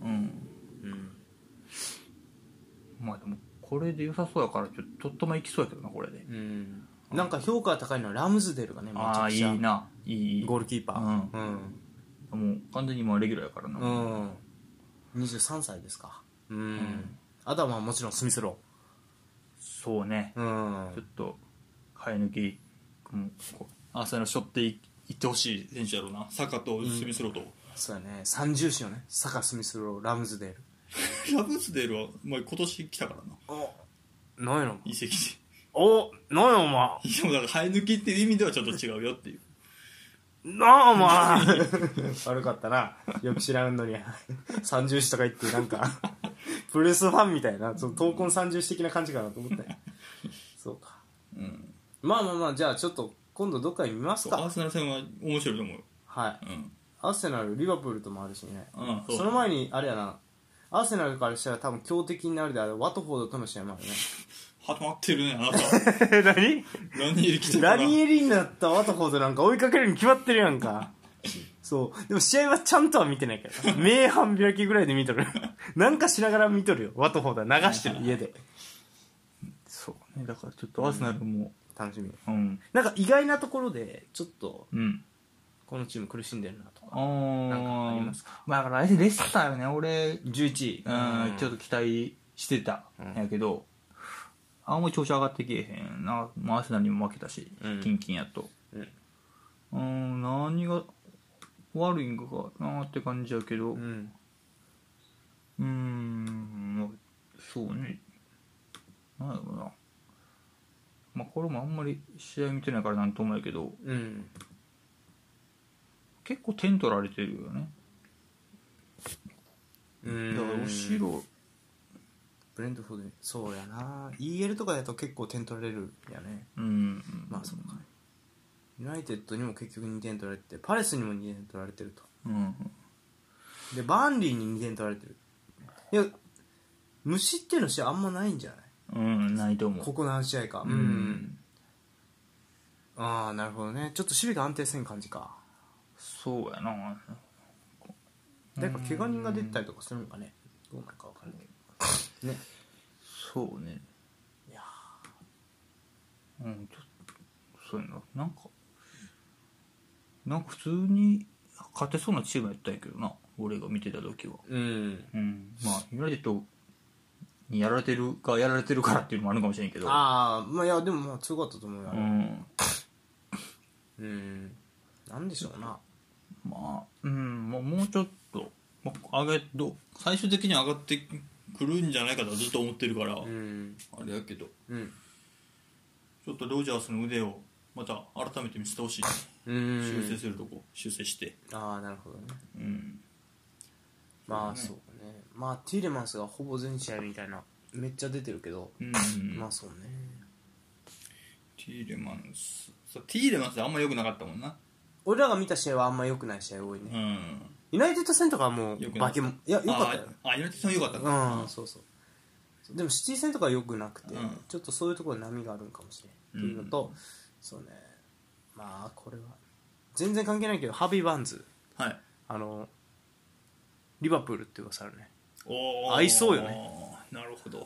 まあでもこれで良さそうやからとっとまいきそうやけどな、これで。 なんか評価が高いのはラムズデルがね、めちゃくちゃいいな。いいゴールキーパー。 もう完全に今レギュラーやからな。 23歳ですか。あとはまあもちろんスミスロー。 そうね。ちょっと生え抜きアーセナル背負っていってほしい選手やろうな。サカとスミスローと。 そうやね。三重視よね。サカ、スミスロー、ラムズデール。 ラムズデールは、今年来たからな。 なんやろ。 移籍で。 なんやお前。 いやもうだから生え抜きっていう意味ではちょっと違うよっていう。 なあお前。悪かったな。よく知らんのに。三重視とか言ってなんかプレスファンみたいな、その闘魂三重視的な感じかなと思ったよ。そうか。まあじゃあちょっと今度どっかに見ますか。 アーセナル戦は面白いと思う。 はい。アーセナルリバプールともあるしね。その前にあれやな。アーセナルからしたら多分強敵になるであるワトフォードとの試合もあるね。 ハマってるね、あなた。 何？ ラニエリ来てるから。 ラニエリになったワトフォードなんか追いかけるに決まってるやんか。そうでも試合はちゃんとは見てないから目半開きぐらいで見とるなんかしながら見とるよ。ワトフォードは流してる家で。 そうね。だからちょっとアーセナルも楽しみ。なんか意外なところでちょっとこのチーム苦しんでるなとかなんかありますか。 まあだからレスターよね。俺 11位ちょっと期待してたんやけど、あんまり調子上がってけえへんな。アーセナルにも負けたし、キンキンやと。何が悪いんかなって感じやけど、 うん、 そうね。 なんやろな、まあこれもあんまり試合見てないからなんともないけど、 うん、 結構点取られてるよね。だから後ろブレントフォード、そうやな、 EL とかだと結構点取られるやね。まあそうか。ユナイテッドにも結局2点取られて、パレスにも2点取られてると、でバーンリーに2点取られてる。いや、無失点の試合あんまないんじゃない？ ないと思う。 ここ何試合か。ああ、なるほどね。ちょっと守備が安定せん感じか。 そうやな。 誰か怪我人が出たりとかするのかね。どうなるか分からないけどね。 そうね。 いやちょっとそうやな。なんか普通に勝てそうなチームやったんやけどな、俺が見てた時は。まあユナイテッドにやられてるからっていうのもあるかもしれんけど。 ああ、まあいやでもまあ強かったと思うよ。なんでしょうな。 まあもうちょっと、最終的に上がってくるんじゃないかとずっと思ってるから、あれやけど、ちょっとロジャースの腕をまた改めて見せてほしい。修正するとこ修正して。 ああ、なるほどね。まあそうね。まあティーレマンスがほぼ全試合みたいなめっちゃ出てるけど、まあそうね。 ティーレマンスあんま良くなかったもんな。 俺らが見た試合はあんま良くない試合多いね。ユナイテッド戦とかはもうバケモン、いや良かったよ。 ユナイテッド戦は良かったか。 そうそう。でもシティ戦とかは良くなくて、ちょっとそういうところに波があるんかもしれんっていうのと、そうね。まあこれは全然関係ないけど、ハビー・バンズ、リバプールって噂あるね。合いそうよね。 なるほど。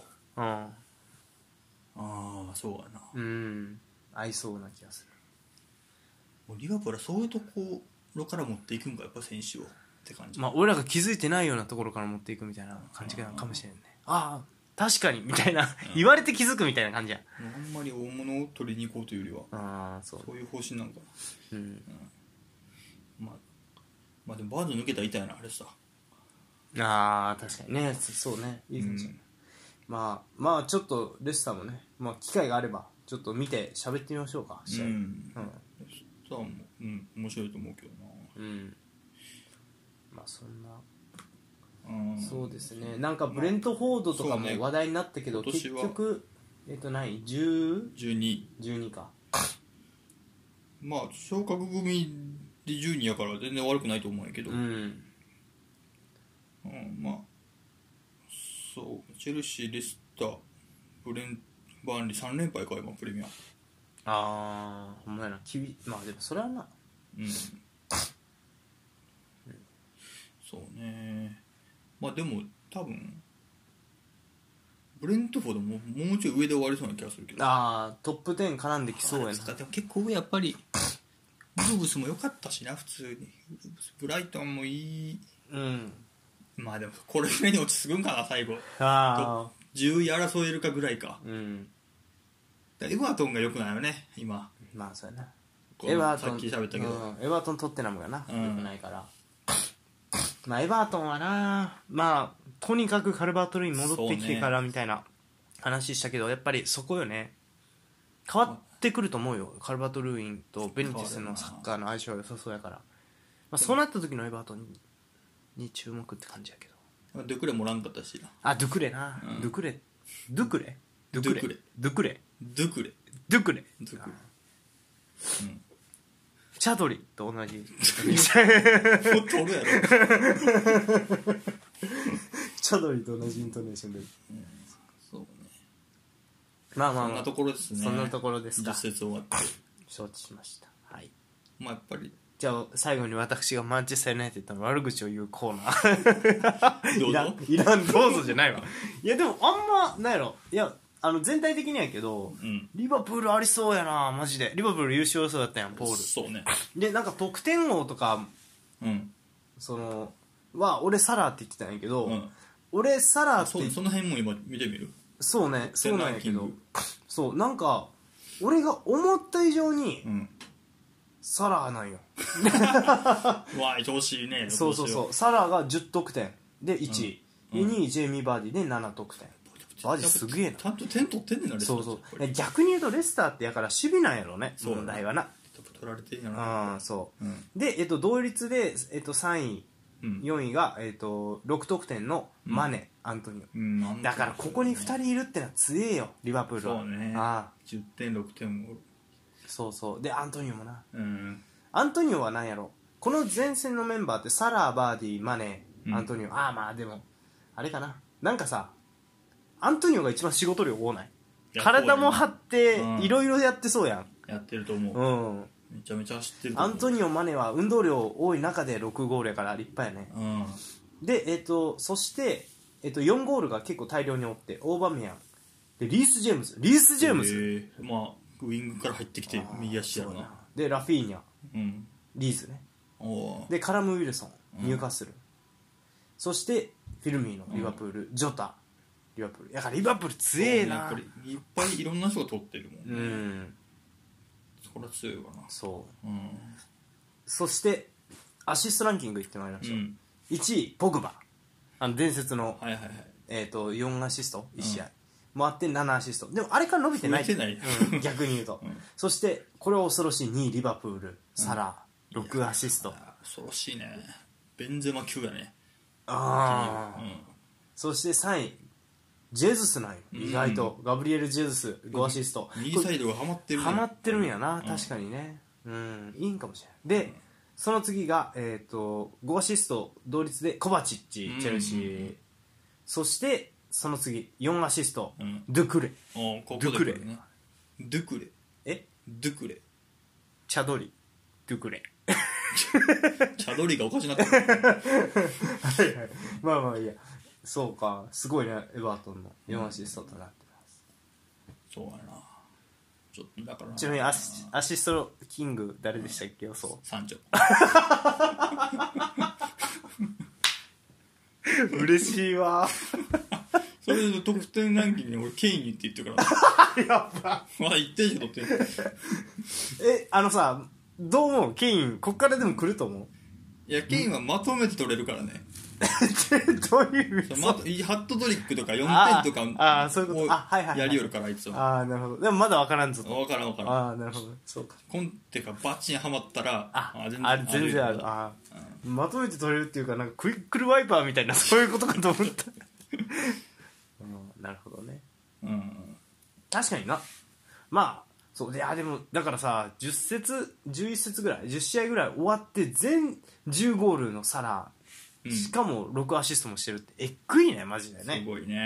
そうやな。 合いそうな気がする。リバプールはそういうところから持っていくんか、やっぱ選手をって感じ。 まあ俺らが気づいてないようなところから持っていくみたいな感じかもしれんね。ああ確かにみたいな言われて気づくみたいな感じや。 あんまり大物を取りに行こうというよりは、そういう方針なんかな。まあでもバーンズ抜けたら痛いな、あれさ。 確かにね。そうね、いいかもしれない。まあちょっとレスターもね、まあ機会があればちょっと見て喋ってみましょうか、試合。 面白いと思うけどな。 まあそんな、そうですね。なんかブレントフォードとかも話題になったけど、結局何 12か。 まあ昇格組で12やから全然悪くないと思うんやけど、まあそうチェルシー、レスター、バーンリー3連敗か今プレミア。 ほんまやな。まあでもそれはな。 そうね。まあでも多分ブレントフォードももうちょい上で終わりそうな気がするけど。 トップ10絡んできそうやな。 でも結構上やっぱりウルブスも良かったしな、普通に。ブライトンもいい。まあでもこれぐらいに落ち着くんかな最後。10位争えるかぐらいか。エバートンが良くないよね今。 まあそうやな。 さっき喋ったけど、 エバートントッテナムがな、良くないから。まあエバートンはな、まあとにかくカルバートルイン戻ってきてからみたいな話したけど、やっぱりそこよね。変わってくると思うよ。カルバートルインとベニティスのサッカーの相性が良さそうやから、まあ、そうなった時のエバートンに注目って感じやけど。 ドゥクレもらんかったしな。ドゥクレな、ドゥクレチャドリと同じ取るやろチャドリと同じイントネーションで、 そうね。 まあそんなところですね。 そんなところですか。 10節終わって承知しました。はい。 まあやっぱりじゃあ最後に私がマンチェスターユナイテッドの悪口を言うコーナーどうぞいらんどうぞじゃないわ。いやでもあんまなんやろ、いや全体的にやけど、リバプールありそうやなマジで。リバプール優勝予想だったやん、ポール。 そうね。 でなんか得点王とか、そのは俺サラーって言ってたんやけど、俺サラーってその辺も今見てみる。 そうね、そうなんやけど、そうなんか俺が思った以上に、サラーなんよ。 わあ調子いいね。 そうサラーが10得点で1位、2位ジェイミー・バーディで7得点。 バージすげえな。 ちゃんと点取ってんねんな、レスター。 そうそう。逆に言うとレスターってやから守備なんやろね、問題はな。 取られてんやな。 ああ、そう。で、同率で、3位、4位が、6得点のマネ、アントニオ。だからここに2人いるってのは強えよ、リバプールは。 そうね。10点、6点も。 そうそう。で、アントニオもな。アントニオは何やろ、この前線のメンバーってサラー、バーディー、マネ、アントニオ。まあでも、あれかな。なんかさ、アントニオが一番仕事量多ない？体も張って、いろいろやってそうやん。 やってると思う。めちゃめちゃ走ってると思う。 アントニオ、マネは運動量多い中で6ゴールやから立派やね。で、そして、4ゴールが結構大量におって、オーバメヤン。で、リース・ジェームズ。 まあ、ウイングから入ってきて、右足やろな。 で、ラフィーニャ。リーズね。で、カラム・ウィルソン。ニューカッスル。そして、フィルミーノ、リバプール。ジョタ。リバプール。だからリバプール強えな。 やっぱり、いっぱいいろんな人が取ってるもんね。そりゃ強いわな。 そう。そして、アシストランキングいってまいりましょう。1位、ポグバ。伝説の、4アシスト、1試合。もあって7アシスト。でもあれから伸びてない。逆に言うと。そして、これは恐ろしい2位、リバプール、サラー、6アシスト。 恐ろしいね。ベンゼマ級やね。 そして3位、ジェズスなんよ、意外と。ガブリエル・ジェズス、5アシスト。 右サイドがハマってるね。 ハマってるんやな、確かにね。いいんかもしれない。で、その次が、5アシスト同率でコバチッチ、チェルシー。そして、その次、4アシスト、ドゥクレ。 ドゥクレ。ドゥクレ。ドゥクレ。 チャドリ。ドゥクレ。 チャドリがおかしなってる。 まあまあいいや。そうか、すごいね、エバートンの4アシストとなってます。 そうやな。ちょっとだからちなみにアシストキング誰でしたっけ？予想。 サンチョ。 嬉しいわ。 それで得点ランキングに俺ケインって言ってるから。 やっぱ。 まだ1点しか取ってる。 さ、どう思う？ケインこっからでも来ると思う？ いや、ケインはまとめて取れるからね。 どういう意味？ ハットトリックとか4点とかそういうこと。 やりよるから、あいつは。 なるほど。でもまだ分からんぞと。 分からん。 なるほど。そうか。 コンテがバチンハマったら、 全然ある。まとめて取れるっていうか、なんかクイックルワイパーみたいな、そういうことかと思った。なるほどね。確かにな。まあ、そうで、でもだからさ、10節11節ぐらい、10試合ぐらい終わって全10ゴールのサラ、しかも6アシストもしてるってえっくいね、マジでね。 すごいね。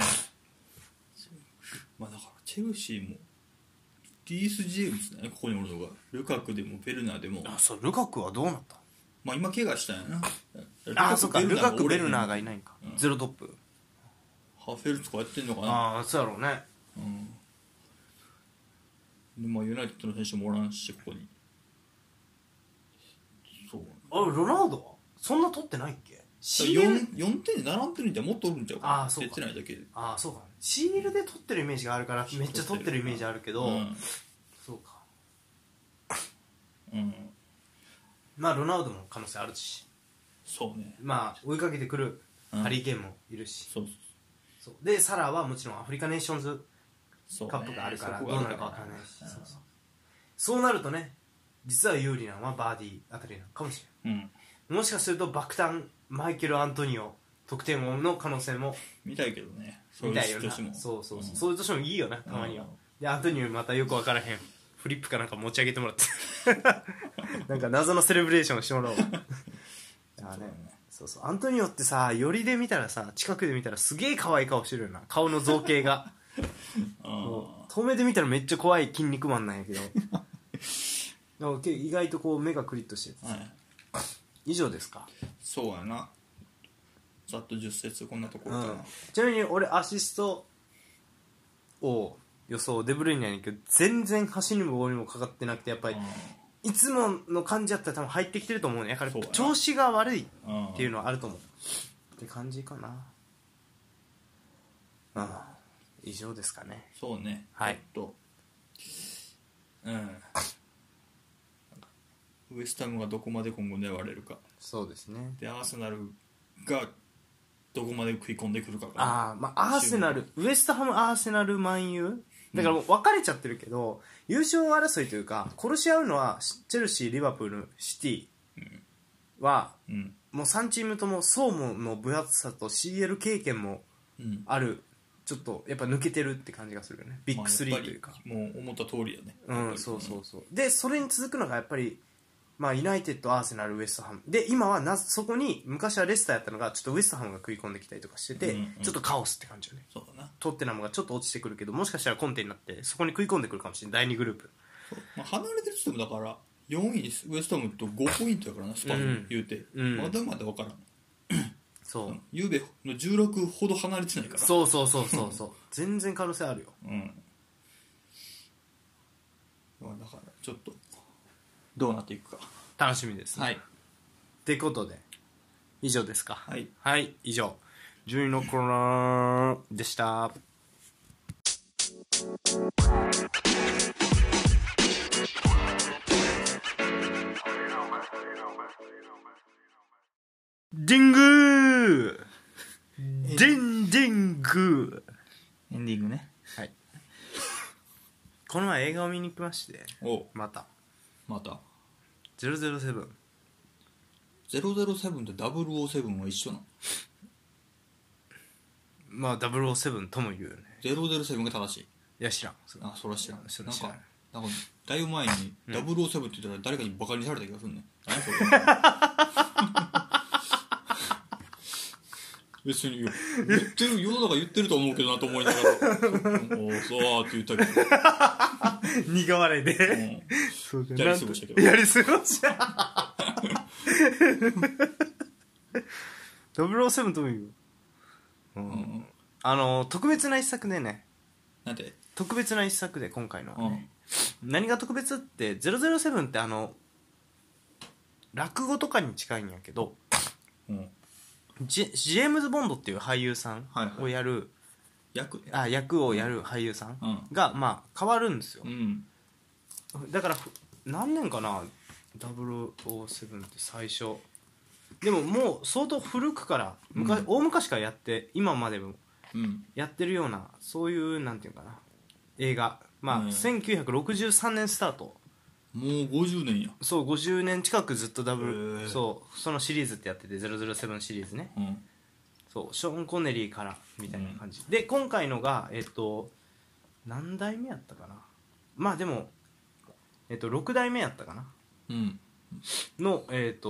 まあだからチェルシーもリース・ジェームスね、ここにおるのがルカクでもベルナーでも。 そう、ルカクはどうなった？ まあ今怪我したんやな。 そっか、ルカクベルナーがいないんか。ゼロトップ。 ハーフェルツとかやってんのかな。 そうやろうね。 でまあユナイテッドの選手もおらんし、ここに。そう。 ロナウドはそんな取ってないっけ ？4点で並んでるんじゃもっとおるんちゃうか。 そうか。 出てないだけで。 そうか。シールで取ってるイメージがあるからめっちゃ取ってるイメージあるけど、そうか。まあロナウドも可能性あるし。 そうね。 まあ追いかけてくるハリー・ケーンもいるし。そうでサラはもちろんアフリカネーションズカップがあるからどうなるか分からないし、そうなるとね、実は有利なのはバーディーあたりなのかもしれない。もしかすると爆誕マイケル・アントニオ得点王の可能性も見たいけどね。 見たいよな。そういう年もいいよな、たまには。でアントニオまたよく分からへんフリップかなんか持ち上げてもらってなんか謎のセレブレーションしてもらおう。そうアントニオってさ、寄りで見たらさ、近くで見たらすげえ可愛い顔してるよな、顔の造形が。遠目で見たらめっちゃ怖い筋肉マンなんやけど意外とこう目がクリッとしてる、以上ですか。 そうやな。ざっと10節こんなところかな。 ちなみに俺アシストを予想デブルイネやねんけど、全然端にも棒にもかかってなくて、やっぱりいつもの感じだったら多分入ってきてると思うね。だから調子が悪いっていうのはあると思うって感じかな。以上ですかね。 そうね。ウエスタムがどこまで今後粘れるか。 そうですね。 でアーセナルがどこまで食い込んでくるかが。 ああ、まあアーセナル、ウエストハム、アーセナル、マンユーだからもう分かれちゃってるけど、優勝争いというか殺し合うのはチェルシー、リバプール、シティは、もう3チームとも層の分厚さと CL 経験もある、ちょっとやっぱ抜けてるって感じがするよね、ビッグ3というか、 もう思った通りやね。 そうそうそう。でそれに続くのがやっぱり、まあ、ユナイテッド、アーセナル、ウエストハムで、今はそこに昔はレスターやったのがちょっとウエストハムが食い込んできたりとかしてて、ちょっとカオスって感じよね。 そうだな。 トッテナムがちょっと落ちてくるけど、もしかしたらコンテになってそこに食い込んでくるかもしれない、第2グループ。 まあ、離れてる人もだから4位ウエストハムと5ポイントやからな、スパン言うて、まだまだ分からん。 そうゆうべの16ほど離れてないから。 そう全然可能性あるよ。 だからちょっとどうなっていくか楽しみですね。はい。ってことで以上ですか。 はい、 はい、以上順位のコーナーでした。ディングーディングエンディングね。 はい。この前映画を見に行きまして、また007。 007って007は一緒なの？ まあ007とも言うよね。 007が正しい。 いや知らん。 あ、それは知らん。なんかだいぶ前に007って言ったら誰かにバカにされた気がするね。何それ。別に言ってる、世の中言ってると思うけどなと思いながらおーそうって言ったけど苦笑いで、 やり過ごしたけど、 やり過ごした007とも言う、特別な一作でね。 なんで特別な一作で今回の、何が特別って007って落語とかに近いんやけど、ジェームズ・ボンドっていう俳優さんをやる、役をやる俳優さんが、まあ変わるんですよ、だから何年かな007って最初でももう相当古くから大昔からやって今までもやってるような、そういうなんていうかな映画、まあ1963年スタート、 もう50年や。 そう50年近くずっとそのシリーズってやってて、007シリーズね、そうショーン・コネリーからみたいな感じ、で今回のが何代目やったかな、まあでも6代目やったかな、の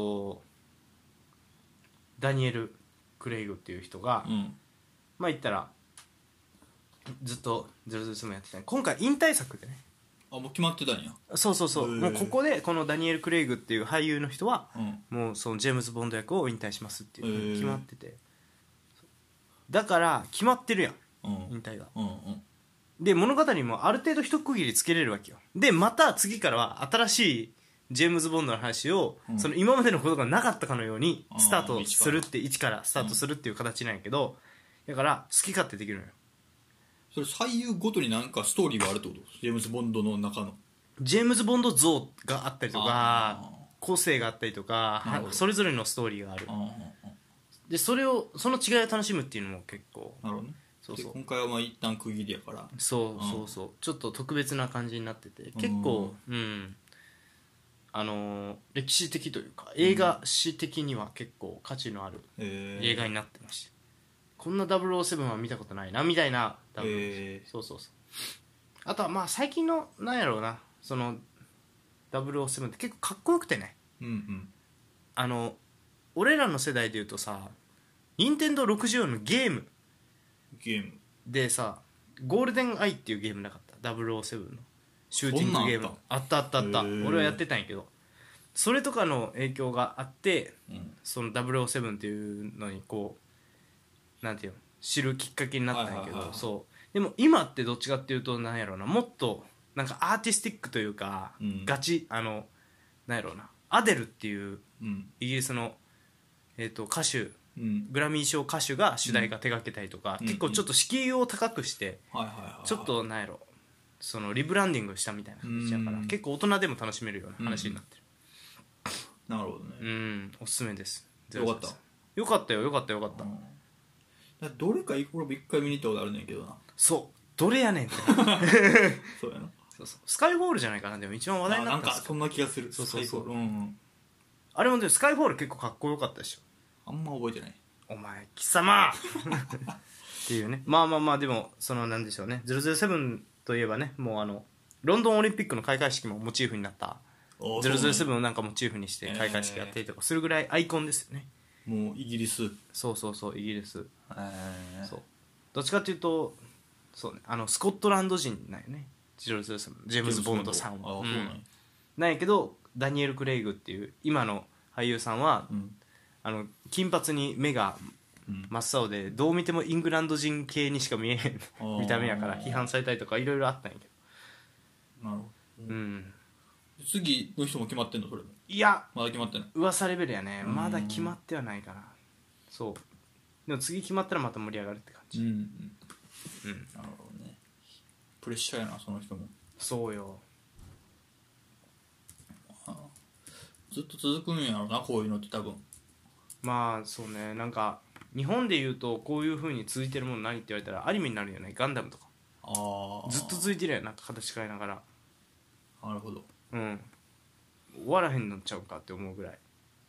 ダニエル・クレイグっていう人が、まあ言ったらずっと007やってたね。今回引退作でね。 あ、もう決まってたんや。 そうもうここでこのダニエル・クレイグっていう俳優の人は、もうそのジェームズ・ボンド役を引退しますっていう決まってて、だから決まってるやん、引退が、で物語もある程度一区切りつけれるわけよ。でまた次からは新しいジェームズ・ボンドの話を、その今までのことがなかったかのようにスタートするって一からスタートするっていう形なんやけど、だから好き勝手できるのよ。 それ俳優ごとになんかストーリーがあるってこと？ジェームズ・ボンドの中のジェームズ・ボンド像があったりとか、個性があったりとか、それぞれのストーリーがある。でその違いを楽しむっていうのも結構、 なるほどね。そう今回はまあ一旦区切りやから、 そうちょっと特別な感じになってて、結構歴史的というか映画史的には結構価値のある映画になってまして、こんな007は見たことないなみたいな、そうあとはまあ最近のなんやろうな、その007って結構かっこよくてね、俺らの世代でいうとさ、任天堂64のゲームでさ、ゴールデンアイっていうゲームなかった？ 007 のシューティングゲームあった。俺はやってたんやけど、それとかの影響があって、その007っていうのにこうなんていうの知るきっかけになったんやけど、そうでも今ってどっちかっていうとなんやろうな、もっとなんかアーティスティックというか、ガチなんやろうな、アデルっていうイギリスの歌手、グラミー賞歌手が主題歌手掛けたりとか、結構ちょっと敷居を高くして、ちょっとなんやろ、そのリブランディングしたみたいな感じだから、結構大人でも楽しめるような話になってる。 なるほどね。 おすすめです。 よかったよかったよ。 どれか俺も一回見に行ったことあるねんけどな。 そうどれやねんってそうやな。 そうスカイフォールじゃないかな。でも一番話題になったんですよ。 なんかそんな気がする。 そうそうそう、 うん、 あれもでもスカイフォール結構かっこよかったでしょ。 あんま覚えてない。 お前貴様っていうね。まあでもそのなんでしょうね、007といえばね、もうロンドンオリンピックの開会式もモチーフになった007をなんかモチーフにして開会式やったりとかするぐらいアイコンですよね。 もうイギリス。 そうイギリス。そうどっちかっていうとそうね、スコットランド人なんよね、007ジェームズ・ボンドさんは。 そうなんや。 なんやけどダニエル・クレイグっていう今の俳優さんは、金髪に目が真っ青で、どう見てもイングランド人系にしか見えへん見た目やから批判されたりとかいろいろあったんやけど。なるほど。次の人も決まってんのそれも。 いやまだ決まってない。 噂レベルやね。まだ決まってはないかな。そうでも次決まったらまた盛り上がるって感じ。なるほどね。プレッシャーやなその人も。 そうよ。 ずっと続くんやろなこういうのって多分。 まあそうね、なんか日本でいうとこういう風に続いてるもの何って言われたらアニメになるよね。ガンダムとかずっと続いてるやん、なんか形変えながら。 なるほど。 終わらへんのちゃうかって思うぐらい。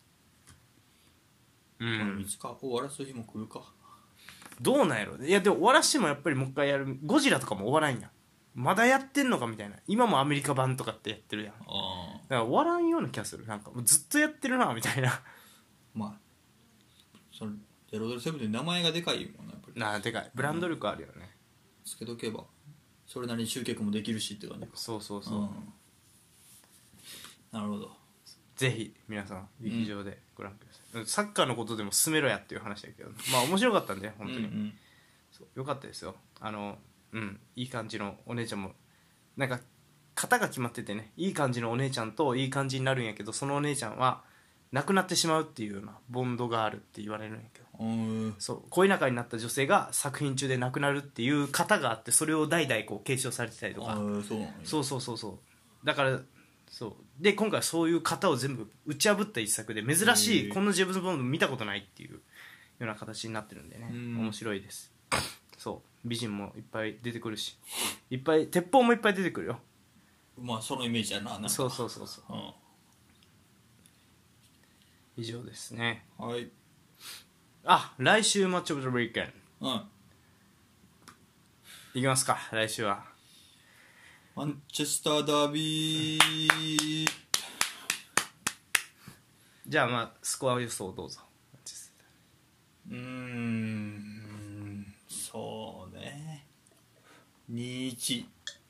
いつか終わらす日も来るか。 どうなんやろ。いやでも終わらしてもやっぱりもう一回やる。ゴジラとかも終わらんやん。まだやってんのかみたいな。今もアメリカ版とかってやってるやん。だから終わらんような気がする。なんかもうずっとやってるなみたいな。 まあその007で名前がでかいもんね、やっぱり。 でかい。ブランド力あるよね。 つけとけばそれなりに集客もできるしって感じ。 そう、 なるほど。 ぜひ皆さん劇場でご覧ください。サッカーのことでも進めろやっていう話だけど、まあ面白かったんで本当に、そうよかったですよ。いい感じのお姉ちゃんもなんか型が決まっててね、いい感じのお姉ちゃんといい感じになるんやけど、そのお姉ちゃんは亡くなってしまうっていうようなボンドがあるって言われるんやけど、そう恋仲になった女性が作品中で亡くなるっていう型があって、それを代々こう継承されてたりとか。そうだからそうで今回はそういう型を全部打ち破った一作で、珍しいこんなジェームズ・ボンド見たことないっていうような形になってるんでね、面白いです。そう美人もいっぱい出てくるし、いっぱい鉄砲もいっぱい出てくるよ。 まあそのイメージやな。なんかそう、以上ですね。 はい。 来週マッチオブザウィーケンドいきますか。来週はマンチェスターダービー。 じゃあまあスコア予想どうぞ。 そうね 2-1。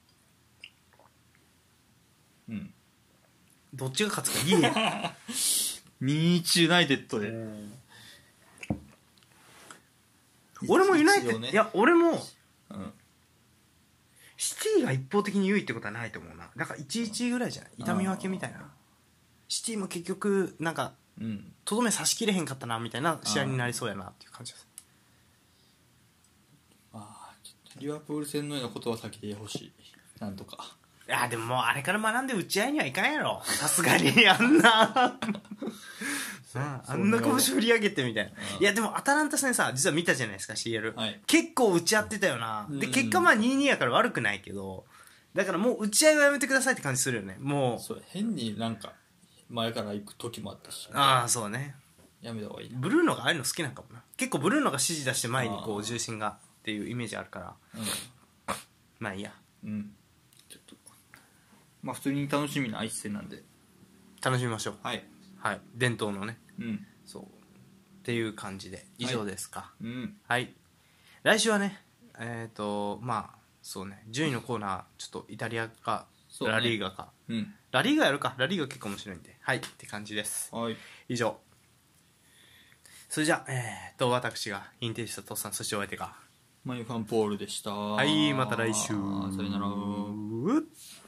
どっちが勝つかいいや 2-1ユナイテッドで。 俺もユナイテッド、いや俺もシティが一方的に優位ってことはないと思うな。だから 1-1 ぐらいじゃない、痛み分けみたいな。シティも結局なんかとどめ刺しきれへんかったなみたいな試合になりそうやなっていう感じです。 リバプール戦のようなことは先でほしい。なんとか。 いやでももうあれから学んで打ち合いにはいかんやろ、さすがにあんなあんな拳振り上げてみたいな。いやでもアタランタ戦さ実は見たじゃないですか CL、結構打ち合ってたよな。で結果まあ 2-2 やから悪くないけど、だからもう打ち合いはやめてくださいって感じするよね。もうそう変になんか前から行く時もあったし。 そうね、 やめた方がいいな。 ブルーノがああいうの好きなんかもな。結構ブルーノが指示出して前にこう重心がっていうイメージあるから、まあいいや。 ちょっとまあ普通に楽しみな一戦なんで楽しみましょう。 はい、 伝統のね、そうっていう感じで以上ですか。来週はねまあそうね、順位のコーナーちょっとイタリアかラリーガか、ラリーガやるか。ラリーガ結構面白いんでって感じです。以上。それじゃあ私がインテリしたトッさん、そしてお相手がマイファンポールでした。 また来週。 さよなら。